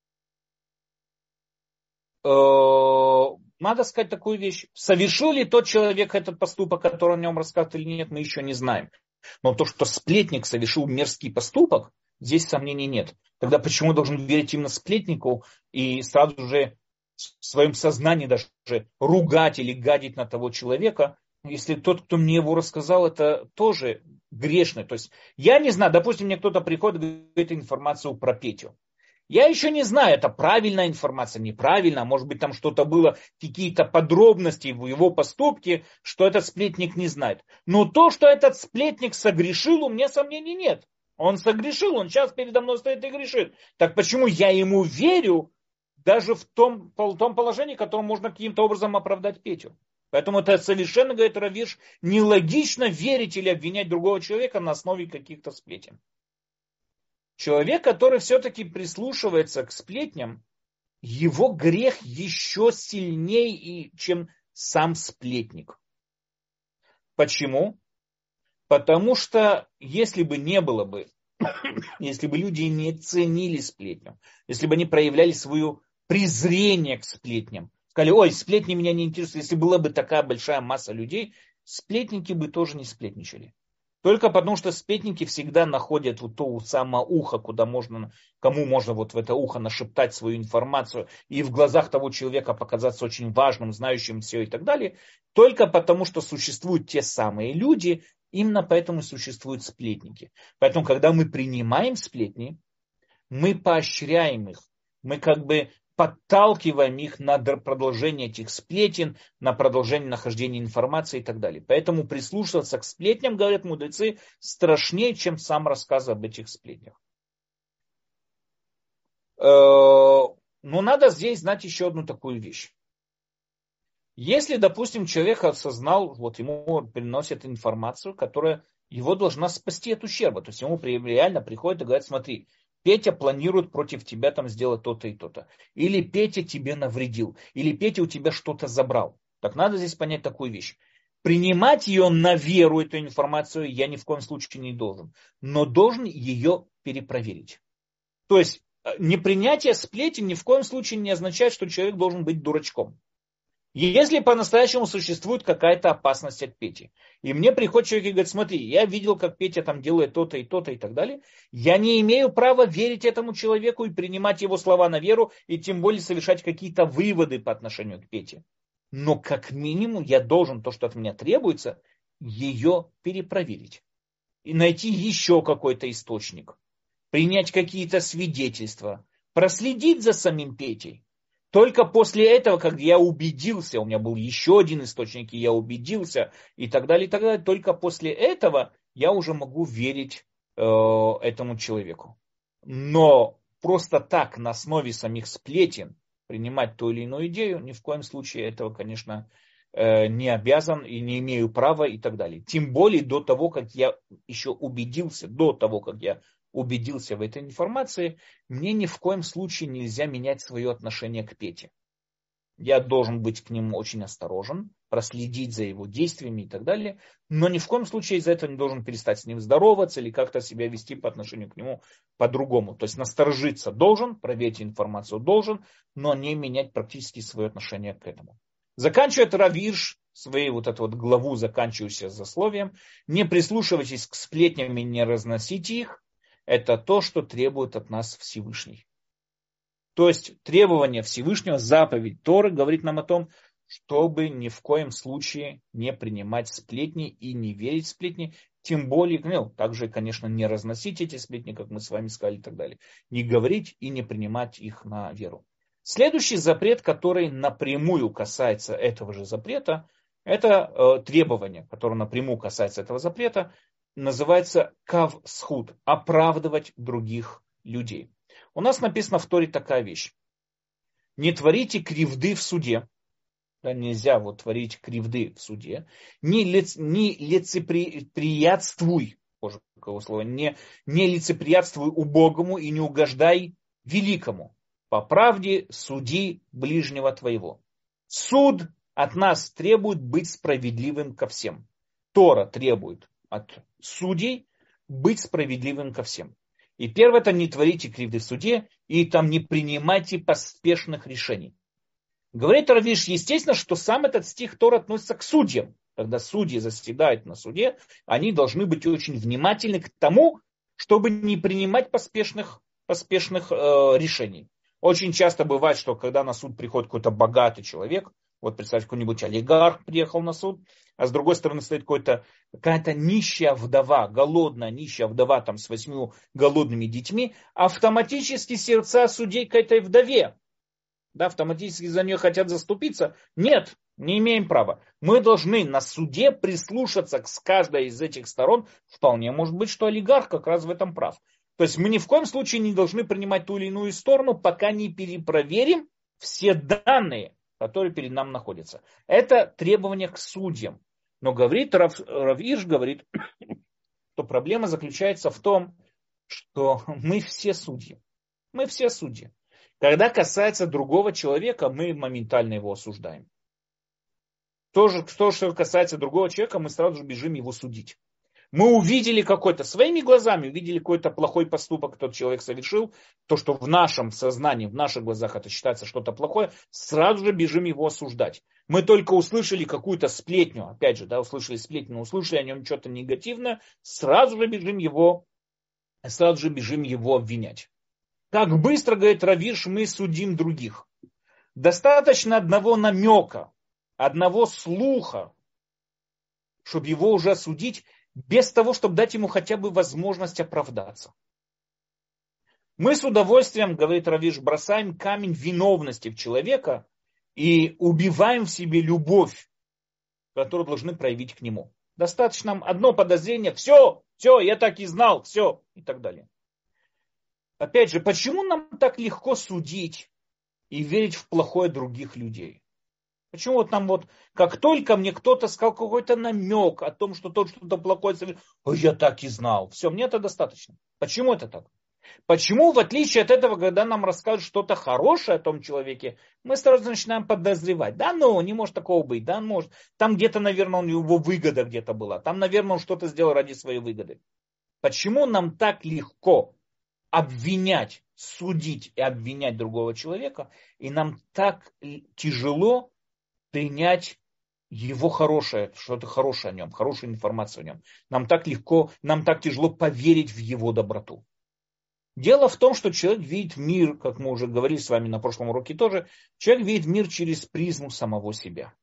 э, надо сказать такую вещь. Совершил ли тот человек этот поступок, который о нем рассказывает или нет, мы еще не знаем. Но то, что сплетник совершил мерзкий поступок, здесь сомнений нет. Тогда почему должен верить именно сплетнику и сразу же в своем сознании даже ругать или гадить на того человека, если тот, кто мне его рассказал, это тоже грешно. То есть я не знаю, допустим, мне кто-то приходит и говорит информацию про Петю. Я еще не знаю, это правильная информация, неправильная, может быть там что-то было, какие-то подробности в его поступке, что этот сплетник не знает. Но то, что этот сплетник согрешил, у меня сомнений нет. Он согрешил, он сейчас передо мной стоит и грешит. Так почему я ему верю, даже в том, в том положении, в котором можно каким-то образом оправдать Петю? Поэтому это совершенно, говорит Рав Ирш, нелогично верить или обвинять другого человека на основе каких-то сплетен. Человек, который все-таки прислушивается к сплетням, его грех еще сильнее, чем сам сплетник. Почему? Потому что если бы не было бы, если бы люди не ценили сплетням, если бы они проявляли свое презрение к сплетням, сказали, ой, сплетни меня не интересуют, если была бы такая большая масса людей, сплетники бы тоже не сплетничали. Только потому, что сплетники всегда находят вот то самое ухо, куда можно, кому можно вот в это ухо нашептать свою информацию и в глазах того человека показаться очень важным, знающим все и так далее. Только потому, что существуют те самые люди, именно поэтому существуют сплетники. Поэтому, когда мы принимаем сплетни, мы поощряем их, мы как бы подталкиваем их на продолжение этих сплетен, на продолжение нахождения информации и так далее. Поэтому прислушиваться к сплетням, говорят мудрецы, страшнее, чем сам рассказ об этих сплетнях. Но надо здесь знать еще одну такую вещь. Если, допустим, человек осознал, вот ему приносят информацию, которая его должна спасти от ущерба, то есть ему реально приходит и говорит, смотри, Петя планирует против тебя там сделать то-то и то-то. Или Петя тебе навредил. Или Петя у тебя что-то забрал. Так надо здесь понять такую вещь. Принимать ее на веру, эту информацию, я ни в коем случае не должен. Но должен ее перепроверить. То есть непринятие сплетен ни в коем случае не означает, что человек должен быть дурачком. Если по-настоящему существует какая-то опасность от Пети, и мне приходит человек и говорит, смотри, я видел, как Петя там делает то-то и то-то и так далее, я не имею права верить этому человеку и принимать его слова на веру, и тем более совершать какие-то выводы по отношению к Пете. Но как минимум я должен, то, что от меня требуется, ее перепроверить. И найти еще какой-то источник, принять какие-то свидетельства, проследить за самим Петей. Только после этого, когда я убедился, у меня был еще один источник, и я убедился, и так далее, и так далее, только после этого я уже могу верить э, этому человеку. Но просто так, на основе самих сплетен, принимать ту или иную идею, ни в коем случае этого, конечно, э, не обязан и не имею права и так далее. Тем более до того, как я еще убедился, до того, как я убедился в этой информации, мне ни в коем случае нельзя менять свое отношение к Пете. Я должен быть к нему очень осторожен, проследить за его действиями и так далее, но ни в коем случае из-за этого не должен перестать с ним здороваться или как-то себя вести по отношению к нему по-другому. То есть насторожиться должен, проверить информацию должен, но не менять практически свое отношение к этому. Заканчивает Рав Ирш свою вот эту вот главу, заканчивающую засловием: не прислушивайтесь к сплетням и не разносите их. Это то, что требует от нас Всевышний. То есть требование Всевышнего, заповедь Торы говорит нам о том, чтобы ни в коем случае не принимать сплетни и не верить в сплетни, тем более, ну, также, конечно, не разносить эти сплетни, как мы с вами сказали и так далее, не говорить и не принимать их на веру. Следующий запрет, который напрямую касается этого же запрета, это э, требование, которое напрямую касается этого запрета, называется кав схуд, оправдывать других людей. У нас написано в Торе такая вещь: не творите кривды в суде, да, нельзя вот творить кривды в суде, не, лиц, не лицеприятствуй, боже, какого слова, не, не лицеприятствуй убогому и не угождай великому, по правде суди ближнего твоего. Суд от нас требует быть справедливым ко всем. Тора требует от судей быть справедливым ко всем. И первое — это не творите кривды в суде и там не принимайте поспешных решений. Говорит Рав Ирш, естественно, что сам этот стих Тора относится к судьям. Когда судьи заседают на суде, они должны быть очень внимательны к тому, чтобы не принимать поспешных, поспешных э, решений. Очень часто бывает, что когда на суд приходит какой-то богатый человек, вот представьте, какой-нибудь олигарх приехал на суд, а с другой стороны стоит какой-то, какая-то нищая вдова, голодная нищая вдова там с восьмью голодными детьми, автоматически сердца судей к этой вдове. Да, автоматически за нее хотят заступиться. Нет, не имеем права. Мы должны на суде прислушаться с каждой из этих сторон. Вполне может быть, что олигарх как раз в этом прав. То есть мы ни в коем случае не должны принимать ту или иную сторону, пока не перепроверим все данные, которые перед нами находятся. Это требование к судьям. Но говорит Рав, Рав Ирш говорит, что проблема заключается в том, что мы все судьи. Мы все судьи. Когда касается другого человека, мы моментально его осуждаем. То, же, то, что касается другого человека, мы сразу же бежим его судить. Мы увидели какой-то, своими глазами увидели какой-то плохой поступок, тот человек совершил, то, что в нашем сознании, в наших глазах это считается что-то плохое, сразу же бежим его осуждать. Мы только услышали какую-то сплетню, опять же, да, услышали сплетню, услышали о нем что-то негативное, сразу же бежим его, сразу же бежим его обвинять. Как быстро, говорит Рав Ирш, мы судим других. Достаточно одного намека, одного слуха, чтобы его уже осудить, без того, чтобы дать ему хотя бы возможность оправдаться. Мы с удовольствием, говорит Рав Ирш, бросаем камень виновности в человека и убиваем в себе любовь, которую должны проявить к нему. Достаточно одно подозрение, все, все, я так и знал, все, и так далее. Опять же, почему нам так легко судить и верить в плохое других людей? Почему вот нам вот, как только мне кто-то сказал какой-то намек о том, что тот что-то плохое совершил, ой, я так и знал. Все, мне это достаточно. Почему это так? Почему, в отличие от этого, когда нам расскажут что-то хорошее о том человеке, мы сразу начинаем подозревать. Да, ну, не может такого быть. Да, может. Там где-то, наверное, у него выгода где-то была. Там, наверное, он что-то сделал ради своей выгоды. Почему нам так легко обвинять, судить и обвинять другого человека, и нам так тяжело принять его хорошее, что-то хорошее о нем, хорошую информацию о нем. Нам так легко, нам так тяжело поверить в его доброту. Дело в том, что человек видит мир, как мы уже говорили с вами на прошлом уроке тоже, человек видит мир через призму самого себя.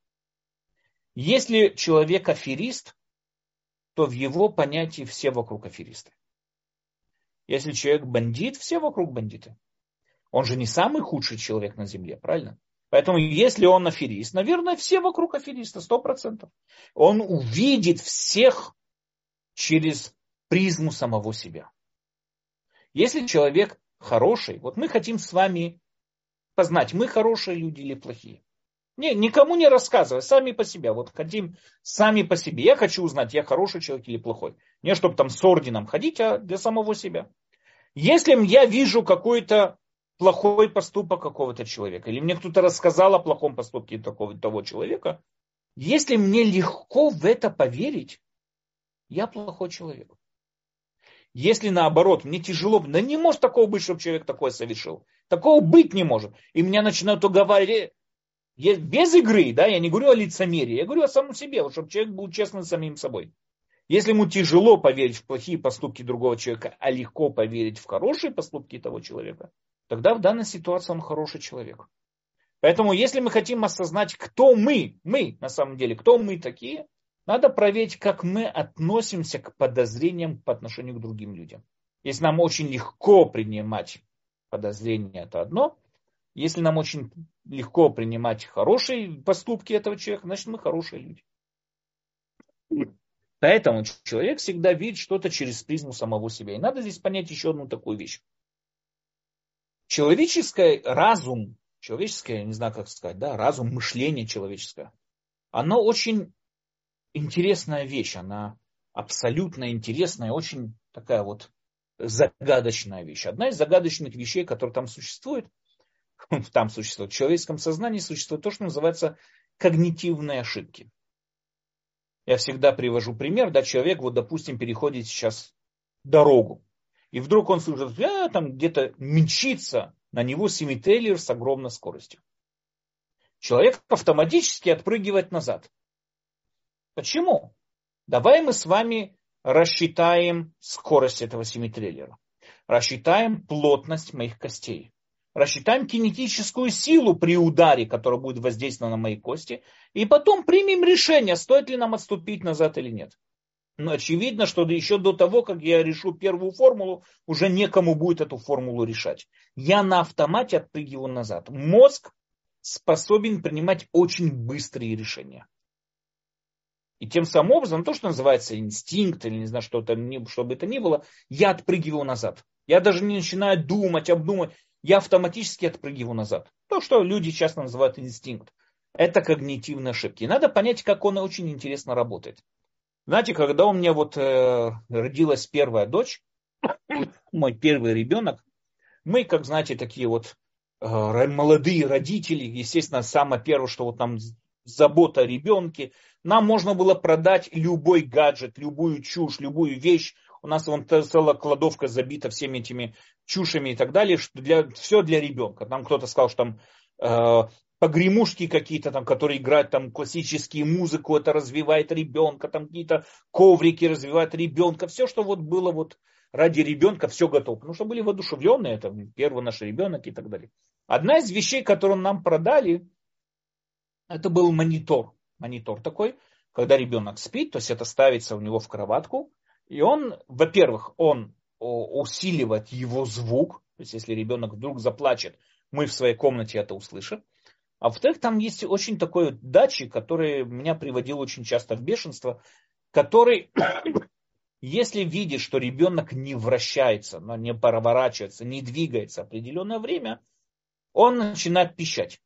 Если человек аферист, то в его понятии все вокруг аферисты. Если человек бандит, все вокруг бандиты. Он же не самый худший человек на земле, правильно? Поэтому, если он аферист, наверное, все вокруг афериста, сто процентов. Он увидит всех через призму самого себя. Если человек хороший, вот мы хотим с вами познать, мы хорошие люди или плохие. Не, никому не рассказывай, сами по себе. Вот хотим сами по себе. Я хочу узнать, я хороший человек или плохой. Не чтобы там с орденом ходить, а для самого себя. Если я вижу какой-то плохой поступок какого-то человека, или мне кто-то рассказал о плохом поступке такого, того человека, если мне легко в это поверить, я плохой человек. Если наоборот, мне тяжело, да не может такого быть, чтобы человек такое совершил. Такого быть не может. И меня начинают уговаривать, без игры, да, я не говорю о лицемерии, я говорю о самом себе, вот, чтобы человек был честным с самим собой. Если ему тяжело поверить в плохие поступки другого человека, а легко поверить в хорошие поступки того человека, тогда в данной ситуации он хороший человек. Поэтому, если мы хотим осознать, кто мы, мы на самом деле, кто мы такие, надо проверить, как мы относимся к подозрениям по отношению к другим людям. Если нам очень легко принимать подозрения, это одно. Если нам очень легко принимать хорошие поступки этого человека, значит мы хорошие люди. Поэтому человек всегда видит что-то через призму самого себя. И надо здесь понять еще одну такую вещь. Человеческий разум, человеческое, не знаю как сказать, да, разум, мышление человеческое, оно очень интересная вещь. Она абсолютно интересная, очень такая вот загадочная вещь. Одна из загадочных вещей, которые там существует, там существует, в человеческом сознании существует то, что называется когнитивные ошибки. Я всегда привожу пример, да, человек, вот, допустим, переходит сейчас дорогу, и вдруг он слышит, а, там где-то мчится на него семитрейлер с огромной скоростью. Человек автоматически отпрыгивает назад. Почему? Давай мы с вами рассчитаем скорость этого семитрейлера, рассчитаем плотность моих костей, рассчитаем кинетическую силу при ударе, которая будет воздействовать на мои кости, и потом примем решение, стоит ли нам отступить назад или нет. Но очевидно, что еще до того, как я решу первую формулу, уже некому будет эту формулу решать. Я на автомате отпрыгиваю назад. Мозг способен принимать очень быстрые решения. И тем самым образом, то, что называется инстинкт, или не знаю, что, -то, что бы это ни было, я отпрыгиваю назад. Я даже не начинаю думать, обдумать. Я автоматически отпрыгиваю назад. То, что люди часто называют инстинкт. Это когнитивные ошибки. И надо понять, как он очень интересно работает. Знаете, когда у меня вот э, родилась первая дочь, мой первый ребенок, мы, как знаете, такие вот э, молодые родители, естественно, самое первое, что вот нам забота о ребенке, нам можно было продать любой гаджет, любую чушь, любую вещь. У нас вон целая кладовка забита всеми этими чушами и так далее, что для, все для ребенка. Нам кто-то сказал, что там э, погремушки какие-то, там, которые играют там классические музыку, это развивает ребенка, там какие-то коврики развивают ребенка, все, что вот было вот ради ребенка, все готово. Потому что были воодушевленные, это первый наш ребенок и так далее. Одна из вещей, которую нам продали, это был монитор. Монитор такой, когда ребенок спит, то есть это ставится у него в кроватку. И он, во-первых, он усиливает его звук. То есть если ребенок вдруг заплачет, мы в своей комнате это услышим. А во-вторых, там есть очень такой датчик, который меня приводил очень часто в бешенство, который, если видит, что ребенок не вращается, но не поворачивается, не двигается определенное время, он начинает пищать.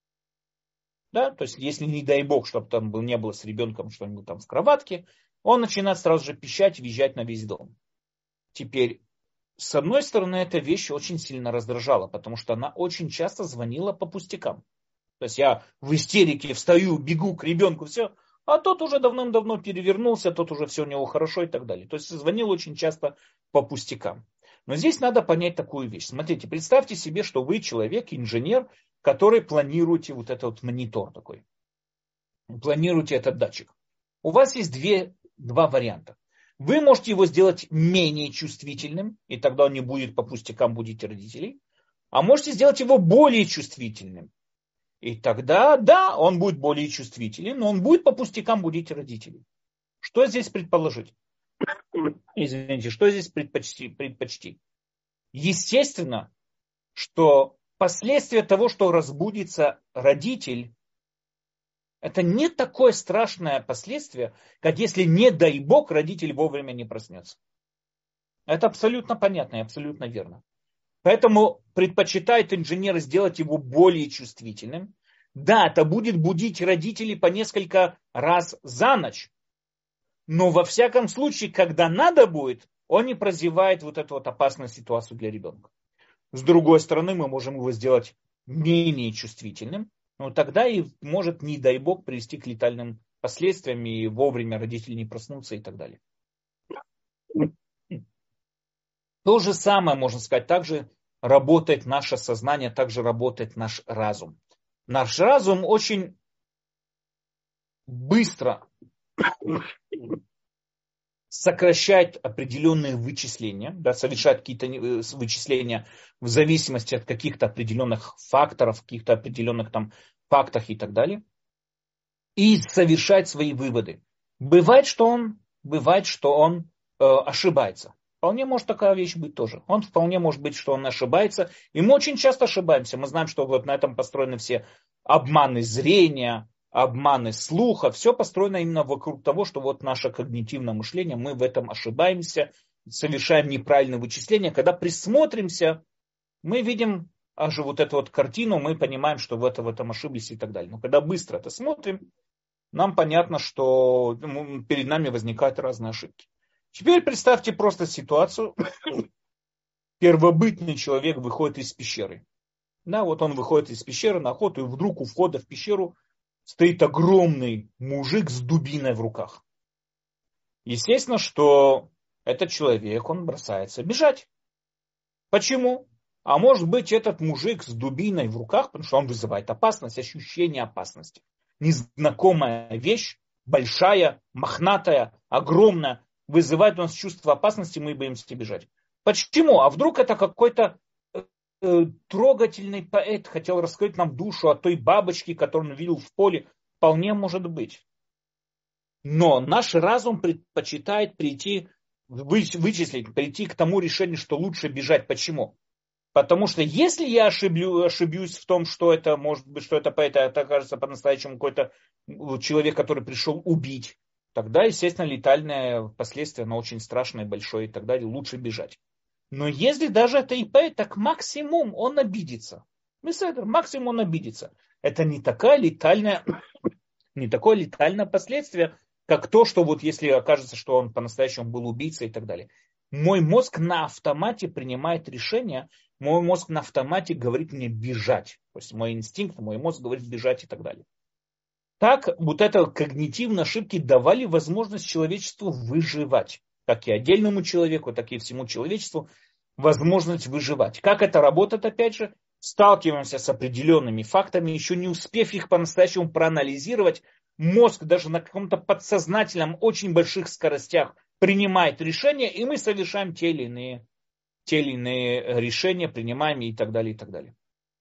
Да? То есть, если не дай бог, чтобы там не было с ребенком что-нибудь там в кроватке, он начинает сразу же пищать, визжать на весь дом. Теперь, с одной стороны, эта вещь очень сильно раздражала, потому что она очень часто звонила по пустякам. То есть, я в истерике встаю, бегу к ребенку, все, а тот уже давным-давно перевернулся, тот уже все у него хорошо и так далее. То есть, звонил очень часто по пустякам. Но здесь надо понять такую вещь. Смотрите, представьте себе, что вы человек, инженер, который планируете вот этот вот монитор такой. Планируете этот датчик. У вас есть две, два варианта. Вы можете его сделать менее чувствительным, и тогда он не будет по пустякам будить родителей. А можете сделать его более чувствительным. И тогда, да, он будет более чувствителен, но он будет по пустякам будить родителей. Что здесь предположить? Извините, что здесь предпочти, предпочти? Естественно, что последствия того, что разбудится родитель, это не такое страшное последствие, как если, не дай бог, родитель вовремя не проснется. Это абсолютно понятно и абсолютно верно. Поэтому предпочитают инженеры сделать его более чувствительным. Да, это будет будить родителей по несколько раз за ночь. Но во всяком случае, когда надо будет, он не прозевает вот эту вот опасную ситуацию для ребенка. С другой стороны, мы можем его сделать менее чувствительным, но тогда и может, не дай бог, привести к летальным последствиям, и вовремя родители не проснутся и так далее. То же самое, можно сказать, также работает наше сознание, также работает наш разум. Наш разум очень быстро сокращает определенные вычисления, да, совершает какие-то вычисления в зависимости от каких-то определенных факторов, каких-то определенных там фактах и так далее, и совершает свои выводы. Бывает, что он, бывает, что он э, ошибается. Вполне может такая вещь быть тоже. Он вполне может быть, что он ошибается. И мы очень часто ошибаемся. Мы знаем, что вот на этом построены все обманы зрения, обманы слуха. Все построено именно вокруг того, что вот наше когнитивное мышление, мы в этом ошибаемся, совершаем неправильные вычисления. Когда присмотримся, мы видим аж вот эту вот картину, мы понимаем, что в, это, в этом ошиблись и так далее. Но когда быстро это смотрим, нам понятно, что перед нами возникают разные ошибки. Теперь представьте просто ситуацию. Первобытный человек выходит из пещеры. Да, вот он выходит из пещеры на охоту, и вдруг у входа в пещеру стоит огромный мужик с дубиной в руках. Естественно, что этот человек, он бросается бежать. Почему? А может быть, этот мужик с дубиной в руках, потому что он вызывает опасность, ощущение опасности. Незнакомая вещь, большая, мохнатая, огромная, вызывает у нас чувство опасности, мы боимся бежать. Почему? А вдруг это какой-то э, трогательный поэт хотел раскрыть нам душу о той бабочке, которую он видел в поле? Вполне может быть. Но наш разум предпочитает прийти, вычислить, прийти к тому решению, что лучше бежать. Почему? Потому что если я ошиблю, ошибюсь в том, что это может быть, что это поэт, это окажется по-настоящему какой-то человек, который пришел убить, тогда, естественно, летальное последствие, оно очень страшное, большое и так далее, лучше бежать. Но если даже это и поэт, так максимум он обидится. Максимум он обидится. Это не такая летальная, не такое летальное последствие, как то, что вот если окажется, что он по-настоящему был убийцей и так далее. Мой мозг на автомате принимает решения, мой мозг на автомате говорит мне бежать. То есть мой инстинкт, мой мозг говорит бежать и так далее. Так вот это когнитивные ошибки давали возможность человечеству выживать. Как и отдельному человеку, так и всему человечеству возможность выживать. Как это работает, опять же, сталкиваемся с определенными фактами, еще не успев их по-настоящему проанализировать, мозг даже на каком-то подсознательном, очень больших скоростях принимает решения, и мы совершаем те или иные, те или иные решения, принимаем и так далее, и так далее.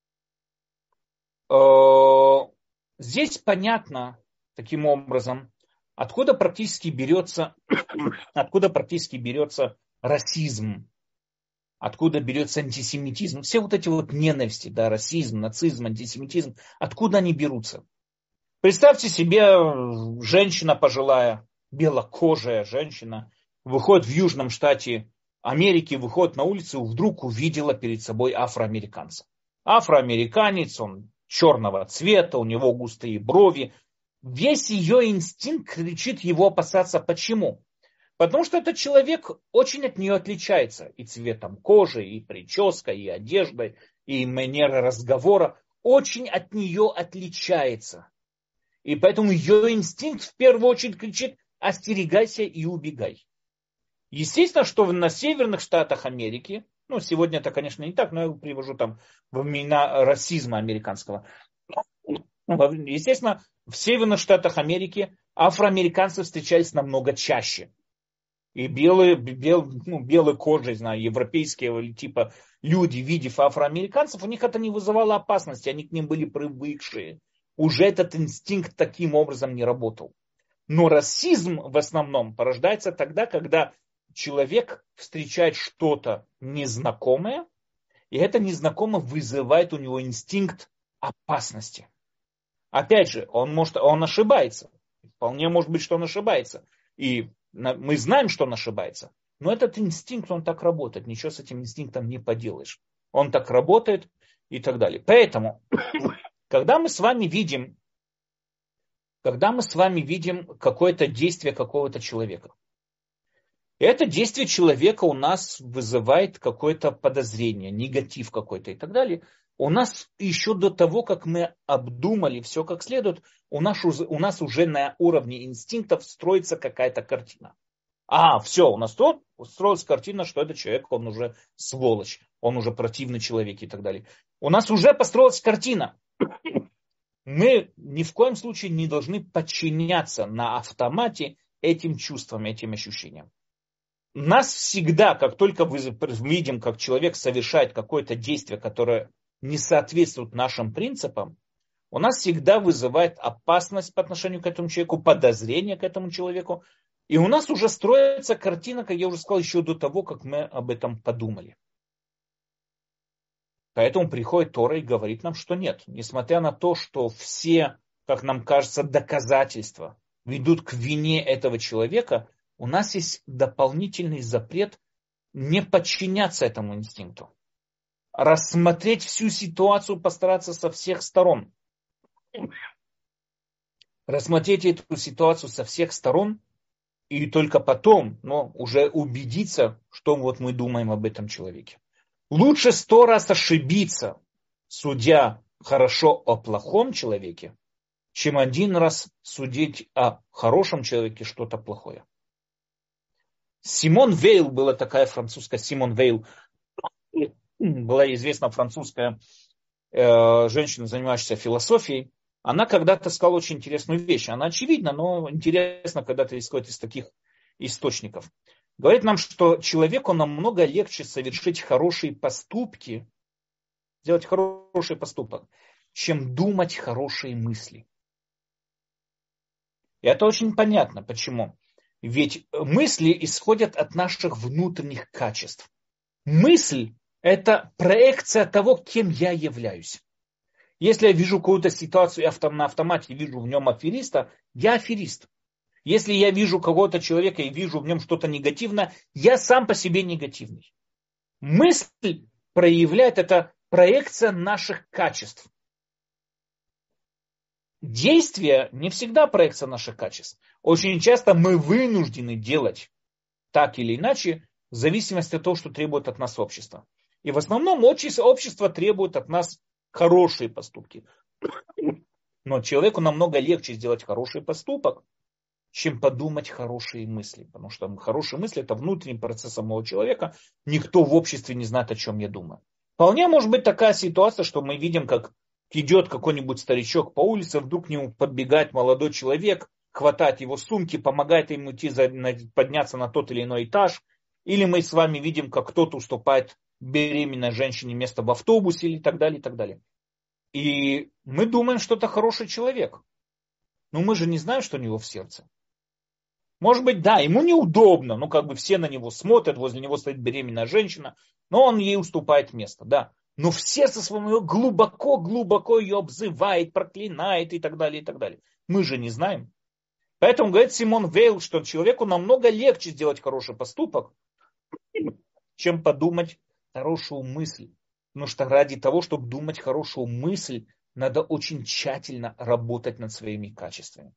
Здесь понятно, таким образом, откуда практически берется, откуда практически берется расизм, откуда берется антисемитизм. Все вот эти вот ненависти, да, расизм, нацизм, антисемитизм, откуда они берутся? Представьте себе, женщина пожилая, белокожая женщина, выходит в южном штате Америки, выходит на улицу, вдруг увидела перед собой афроамериканца. Афроамериканец, он черного цвета, у него густые брови. Весь ее инстинкт кричит его опасаться. Почему? Потому что этот человек очень от нее отличается. И цветом кожи, и прической, и одеждой, и манерой разговора. Очень от нее отличается. И поэтому ее инстинкт в первую очередь кричит: остерегайся и убегай. Естественно, что на северных штатах Америки, ну сегодня это, конечно, не так, но я привожу там времена расизма американского. Естественно, в северных штатах Америки афроамериканцы встречались намного чаще. И белые, бел, ну, белые кожи, знаю, европейские типа люди, видев афроамериканцев, у них это не вызывало опасности, они к ним были привыкшие. Уже этот инстинкт таким образом не работал. Но расизм в основном порождается тогда, когда человек встречает что-то незнакомое, и это незнакомое вызывает у него инстинкт опасности. Опять же, он, может, он ошибается. Вполне может быть, что он ошибается. И мы знаем, что он ошибается. Но этот инстинкт, он так работает. Ничего с этим инстинктом не поделаешь. Он так работает и так далее. Поэтому, когда мы с вами видим, когда мы с вами видим какое-то действие какого-то человека, это действие человека у нас вызывает какое-то подозрение, негатив какой-то и так далее. У нас еще до того, как мы обдумали все как следует, у нас, у нас уже на уровне инстинктов строится какая-то картина. А, все, у нас тут строилась картина, что этот человек, он уже сволочь, он уже противный человек и так далее. У нас уже построилась картина. Мы ни в коем случае не должны подчиняться на автомате этим чувствам, этим ощущениям. Нас всегда, как только мы видим, как человек совершает какое-то действие, которое не соответствует нашим принципам, у нас всегда вызывает опасность по отношению к этому человеку, подозрение к этому человеку. И у нас уже строится картина, как я уже сказал, еще до того, как мы об этом подумали. Поэтому приходит Тора и говорит нам, что нет. Несмотря на то, что все, как нам кажется, доказательства ведут к вине этого человека, у нас есть дополнительный запрет не подчиняться этому инстинкту. Рассмотреть всю ситуацию, постараться со всех сторон. Рассмотреть эту ситуацию со всех сторон и только потом, но уже убедиться, что вот мы думаем об этом человеке. Лучше сто раз ошибиться, судя хорошо о плохом человеке, чем один раз судить о хорошем человеке что-то плохое. Симон Вейл, была такая французская, Симон Вейл, была известна французская э, женщина, занимающаяся философией. Она когда-то сказала очень интересную вещь. Она очевидна, но интересно, когда это исходит из таких источников. Говорит нам, что человеку намного легче совершить хорошие поступки, сделать хороший поступок, чем думать хорошие мысли. И это очень понятно. Почему? Ведь мысли исходят от наших внутренних качеств. Мысль – это проекция того, кем я являюсь. Если я вижу какую-то ситуацию и на автомате вижу в нем афериста, я аферист. Если я вижу какого-то человека и вижу в нем что-то негативное, я сам по себе негативный. Мысль проявляет, это проекция наших качеств. Действие не всегда проекция наших качеств. Очень часто мы вынуждены делать так или иначе в зависимости от того, что требует от нас общество. И в основном общество требует от нас хорошие поступки. Но человеку намного легче сделать хороший поступок, чем подумать хорошие мысли. Потому что хорошие мысли – это внутренний процесс самого человека. Никто в обществе не знает, о чем я думаю. Вполне может быть такая ситуация, что мы видим, как идет какой-нибудь старичок по улице, вдруг к нему подбегает молодой человек, хватает его сумки, помогает ему идти за, подняться на тот или иной этаж. Или мы с вами видим, как кто-то уступает беременной женщине место в автобусе и так далее, и так далее. И мы думаем, что это хороший человек. Но мы же не знаем, что у него в сердце. Может быть, да, ему неудобно, ну как бы все на него смотрят, возле него стоит беременная женщина, но он ей уступает место, да. Но в сердце своем глубоко-глубоко ее обзывает, проклинает и так далее, и так далее. Мы же не знаем. Поэтому говорит Симон Вейл, что человеку намного легче сделать хороший поступок, чем подумать хорошую мысль. Потому что ради того, чтобы думать хорошую мысль, надо очень тщательно работать над своими качествами.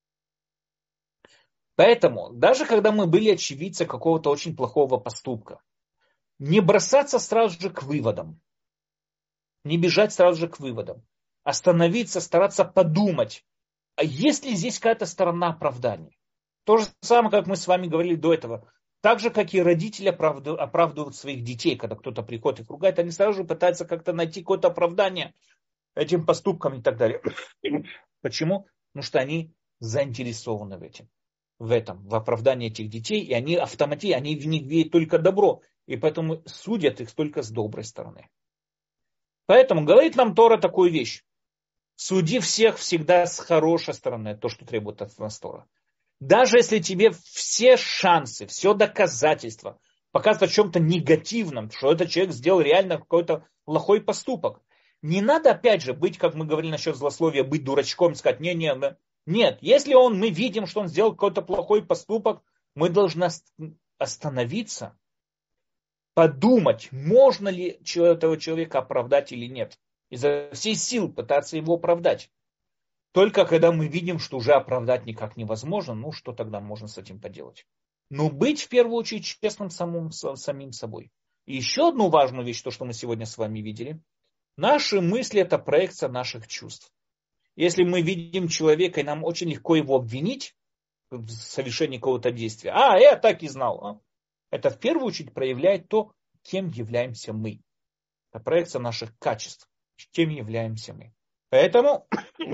Поэтому, даже когда мы были очевидцы какого-то очень плохого поступка, не бросаться сразу же к выводам. Не бежать сразу же к выводам. Остановиться, стараться подумать, а есть ли здесь какая-то сторона оправдания. То же самое, как мы с вами говорили до этого. Так же, как и родители оправдывают своих детей, когда кто-то приходит и ругает, они сразу же пытаются как-то найти какое-то оправдание этим поступкам и так далее. Почему? Потому что они заинтересованы в этом, в этом, в оправдании этих детей, и они автоматически, они в них видят только добро, и поэтому судят их только с доброй стороны. Поэтому говорит нам Тора такую вещь. Суди всех всегда с хорошей стороны, то, что требует от нас Тора. Даже если тебе все шансы, все доказательства показывают о чем-то негативном, что этот человек сделал реально какой-то плохой поступок. Не надо, опять же, быть, как мы говорили насчет злословия, быть дурачком, сказать, не, не, нет. Если он, мы видим, что он сделал какой-то плохой поступок, мы должны остановиться, подумать, можно ли этого человека оправдать или нет. Изо всей сил пытаться его оправдать. Только когда мы видим, что уже оправдать никак невозможно, ну что тогда можно с этим поделать? Но быть в первую очередь честным самым, самим собой. И еще одну важную вещь, то, что мы сегодня с вами видели. Наши мысли – это проекция наших чувств. Если мы видим человека, и нам очень легко его обвинить в совершении какого-то действия. А, я так и знал. А? Это в первую очередь проявляет то, кем являемся мы. Это проекция наших качеств. Кем являемся мы. Поэтому,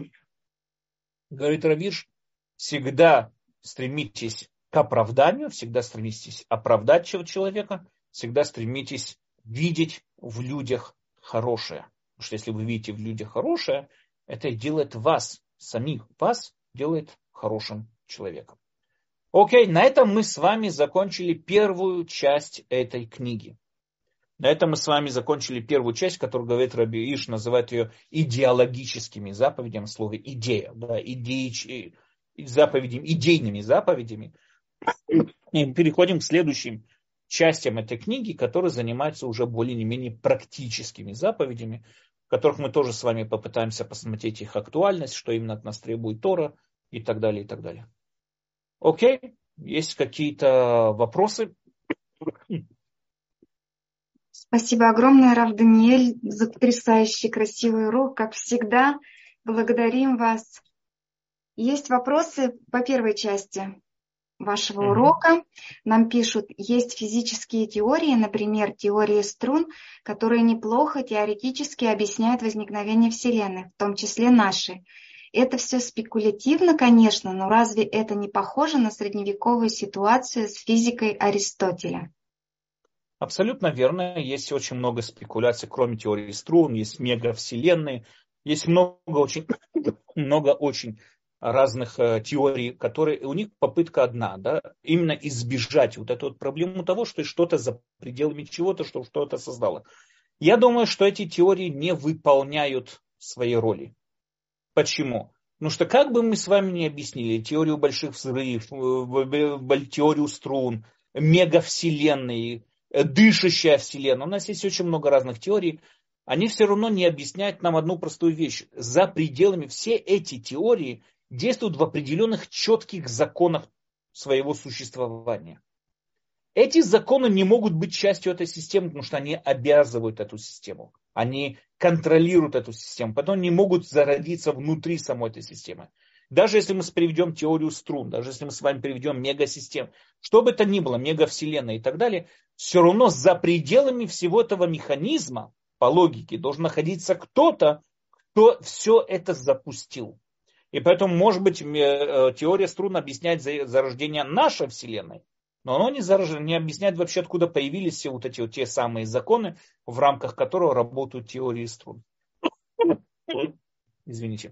говорит Рав Ирш, всегда стремитесь к оправданию, всегда стремитесь оправдать человека, всегда стремитесь видеть в людях хорошее. Потому что если вы видите в людях хорошее, это делает вас, самих вас, делает хорошим человеком. Окей, на этом мы с вами закончили первую часть этой книги. На этом мы с вами закончили первую часть, которую говорит Рав Ирш, называет ее идеологическими заповедями, слово идея, да, идеи, заповедями, идейными заповедями. И переходим к следующим частям этой книги, которые занимаются уже более-менее практическими заповедями, в которых мы тоже с вами попытаемся посмотреть их актуальность, что именно от нас требует Тора и так далее, и так далее. Окей, есть какие-то вопросы? Спасибо огромное, Рав Даниэль, за потрясающий красивый урок. Как всегда, благодарим вас. Есть вопросы по первой части вашего mm-hmm. урока. Нам пишут, есть физические теории, например, теория струн, которые неплохо теоретически объясняют возникновение Вселенной, в том числе нашей. Это все спекулятивно, конечно, но разве это не похоже на средневековую ситуацию с физикой Аристотеля? Абсолютно верно. Есть очень много спекуляций, кроме теории струн, есть мегавселенные, есть много очень, много очень разных э, теорий, которые у них попытка одна, да, именно избежать вот эту вот проблему того, что что-то за пределами чего-то, что что-то создало. Я думаю, что эти теории не выполняют своей роли. Почему? Потому что как бы мы с вами ни объяснили теорию больших взрывов, теорию струн, мегавселенные, дышащая вселенная, у нас есть очень много разных теорий, они все равно не объясняют нам одну простую вещь. За пределами все эти теории действуют в определенных четких законах своего существования. Эти законы не могут быть частью этой системы, потому что они обязывают эту систему. Они контролируют эту систему, потом не могут зародиться внутри самой этой системы. Даже если мы приведем теорию струн, даже если мы с вами приведем мегасистем, что бы это ни было, мегавселенная и так далее, все равно за пределами всего этого механизма, по логике, должен находиться кто-то, кто все это запустил. И поэтому, может быть, теория струн объясняет зарождение нашей Вселенной, но оно не, зараж... не объясняет вообще, откуда появились все вот эти вот те самые законы, в рамках которого работают теории струн. Извините.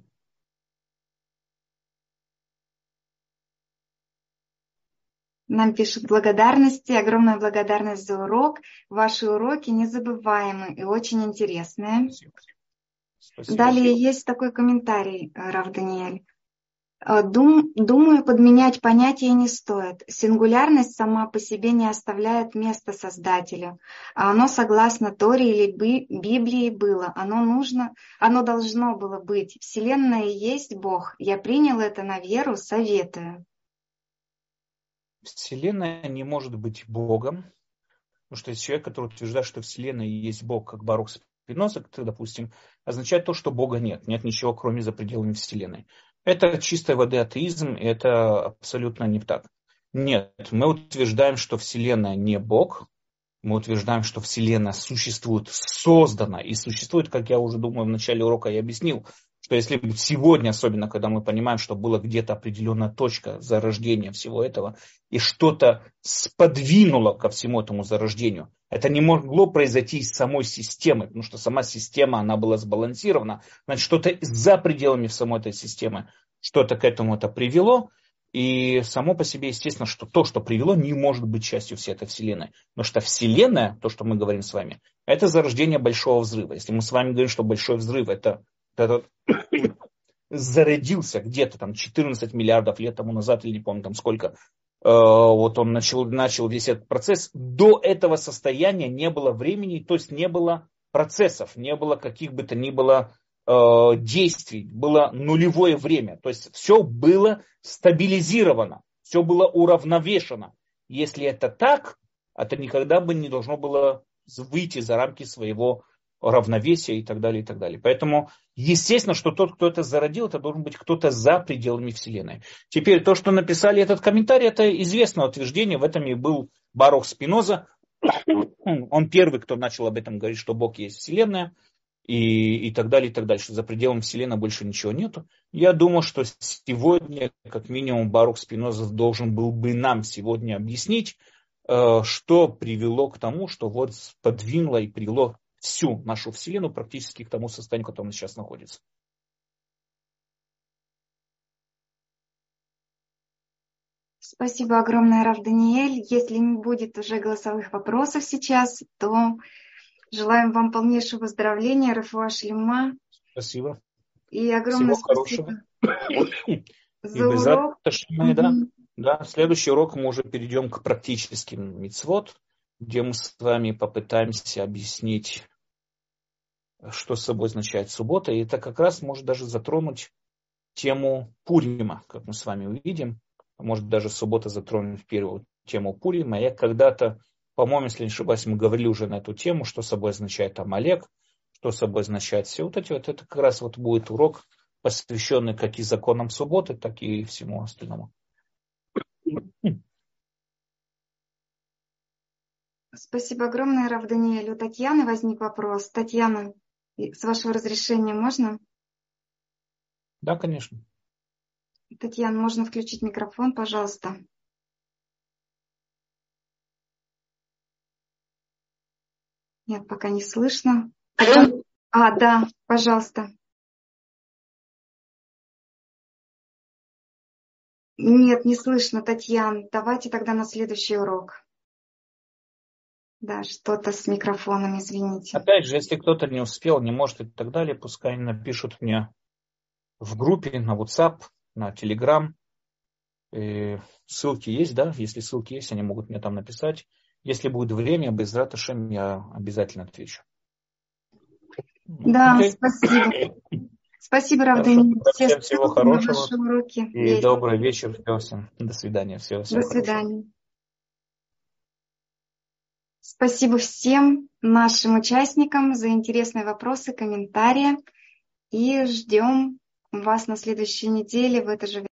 Нам пишут благодарности, огромная благодарность за урок. Ваши уроки незабываемы и очень интересные. Спасибо. Спасибо. Далее есть такой комментарий, Рав Даниэль. Дум, думаю, подменять понятия не стоит. Сингулярность сама по себе не оставляет места Создателю, а оно, согласно Торе или Библии, было. Оно нужно, оно должно было быть. Вселенная и есть Бог. Я принял это на веру, советую. Вселенная не может быть Богом, потому что есть человек, который утверждает, что Вселенная и есть Бог, как Барух Спиноза, допустим, означает то, что Бога нет. Нет ничего, кроме за пределами Вселенной. Это чистой воды атеизм, и это абсолютно не так. Нет, мы утверждаем, что Вселенная не Бог. Мы утверждаем, что Вселенная существует, создана и существует, как я уже думаю, в начале урока я объяснил, что если сегодня, особенно когда мы понимаем, что была где-то определенная точка зарождения всего этого, и что-то сподвинуло ко всему этому зарождению, это не могло произойти из самой системы, потому что сама система, она была сбалансирована, значит, что-то за пределами самой этой системы, что-то к этому это привело, и само по себе, естественно, что то, что привело, не может быть частью всей этой Вселенной. Потому что Вселенная, то, что мы говорим с вами, это зарождение Большого Взрыва. Если мы с вами говорим, что Большой Взрыв это, это зародился где-то там четырнадцать миллиардов лет тому назад, или не помню там сколько, вот он начал, начал весь этот процесс, до этого состояния не было времени, то есть не было процессов, не было каких бы то ни было действий, было нулевое время. То есть все было стабилизировано, все было уравновешено. Если это так, это никогда бы не должно было выйти за рамки своего равновесия и так далее, и так далее. Поэтому, естественно, что тот, кто это зародил, это должен быть кто-то за пределами Вселенной. Теперь, то, что написали этот комментарий, это известное утверждение, в этом и был Барух Спиноза. Он первый, кто начал об этом говорить, что Бог есть Вселенная. И, и так далее, и так дальше. За пределами Вселенной больше ничего нету. Я думаю, что сегодня, как минимум, Барух Спиноза должен был бы нам сегодня объяснить, что привело к тому, что вот подвинуло и привело всю нашу Вселенную практически к тому состоянию, в котором она сейчас находится. Спасибо огромное, Рав Даниэль. Если не будет уже голосовых вопросов сейчас, то... Желаем вам полнейшего выздоровления, рефуа шлема. Спасибо. И огромное Всего спасибо хорошего. за И урок. Мы, да, да, в следующий урок мы уже перейдем к практическим мицвот, где мы с вами попытаемся объяснить, что собой означает суббота. И это как раз может даже затронуть тему Пурима, как мы с вами увидим. Может даже суббота затронет первую тему Пурима. Я когда-то, по-моему, если не ошибаюсь, мы говорили уже на эту тему, что собой означает Амалек, что собой означает все вот эти вот. Это как раз вот будет урок, посвященный как и законам субботы, так и всему остальному. Спасибо огромное, Рав Даниэль. У Татьяны возник вопрос. Татьяна, с вашего разрешения можно? Да, конечно. Татьяна, можно включить микрофон, пожалуйста? Нет, пока не слышно. Алло? А, да, пожалуйста. Нет, не слышно, Татьяна. Давайте тогда на следующий урок. Да, что-то с микрофоном, извините. Опять же, если кто-то не успел, не может и так далее, пускай они напишут мне в группе, на WhatsApp, на Telegram. И ссылки есть, да? Если ссылки есть, они могут мне там написать. Если будет время, Безрат Ашем, я обязательно отвечу. Да, Okay. спасибо. Спасибо, Рав Даниэль. Всем всего хорошего. Ваши уроки. И добрый вечер. Всем. До свидания. Всего, всего До хорошего. свидания. Спасибо всем нашим участникам за интересные вопросы, комментарии. И ждем вас на следующей неделе в это же время.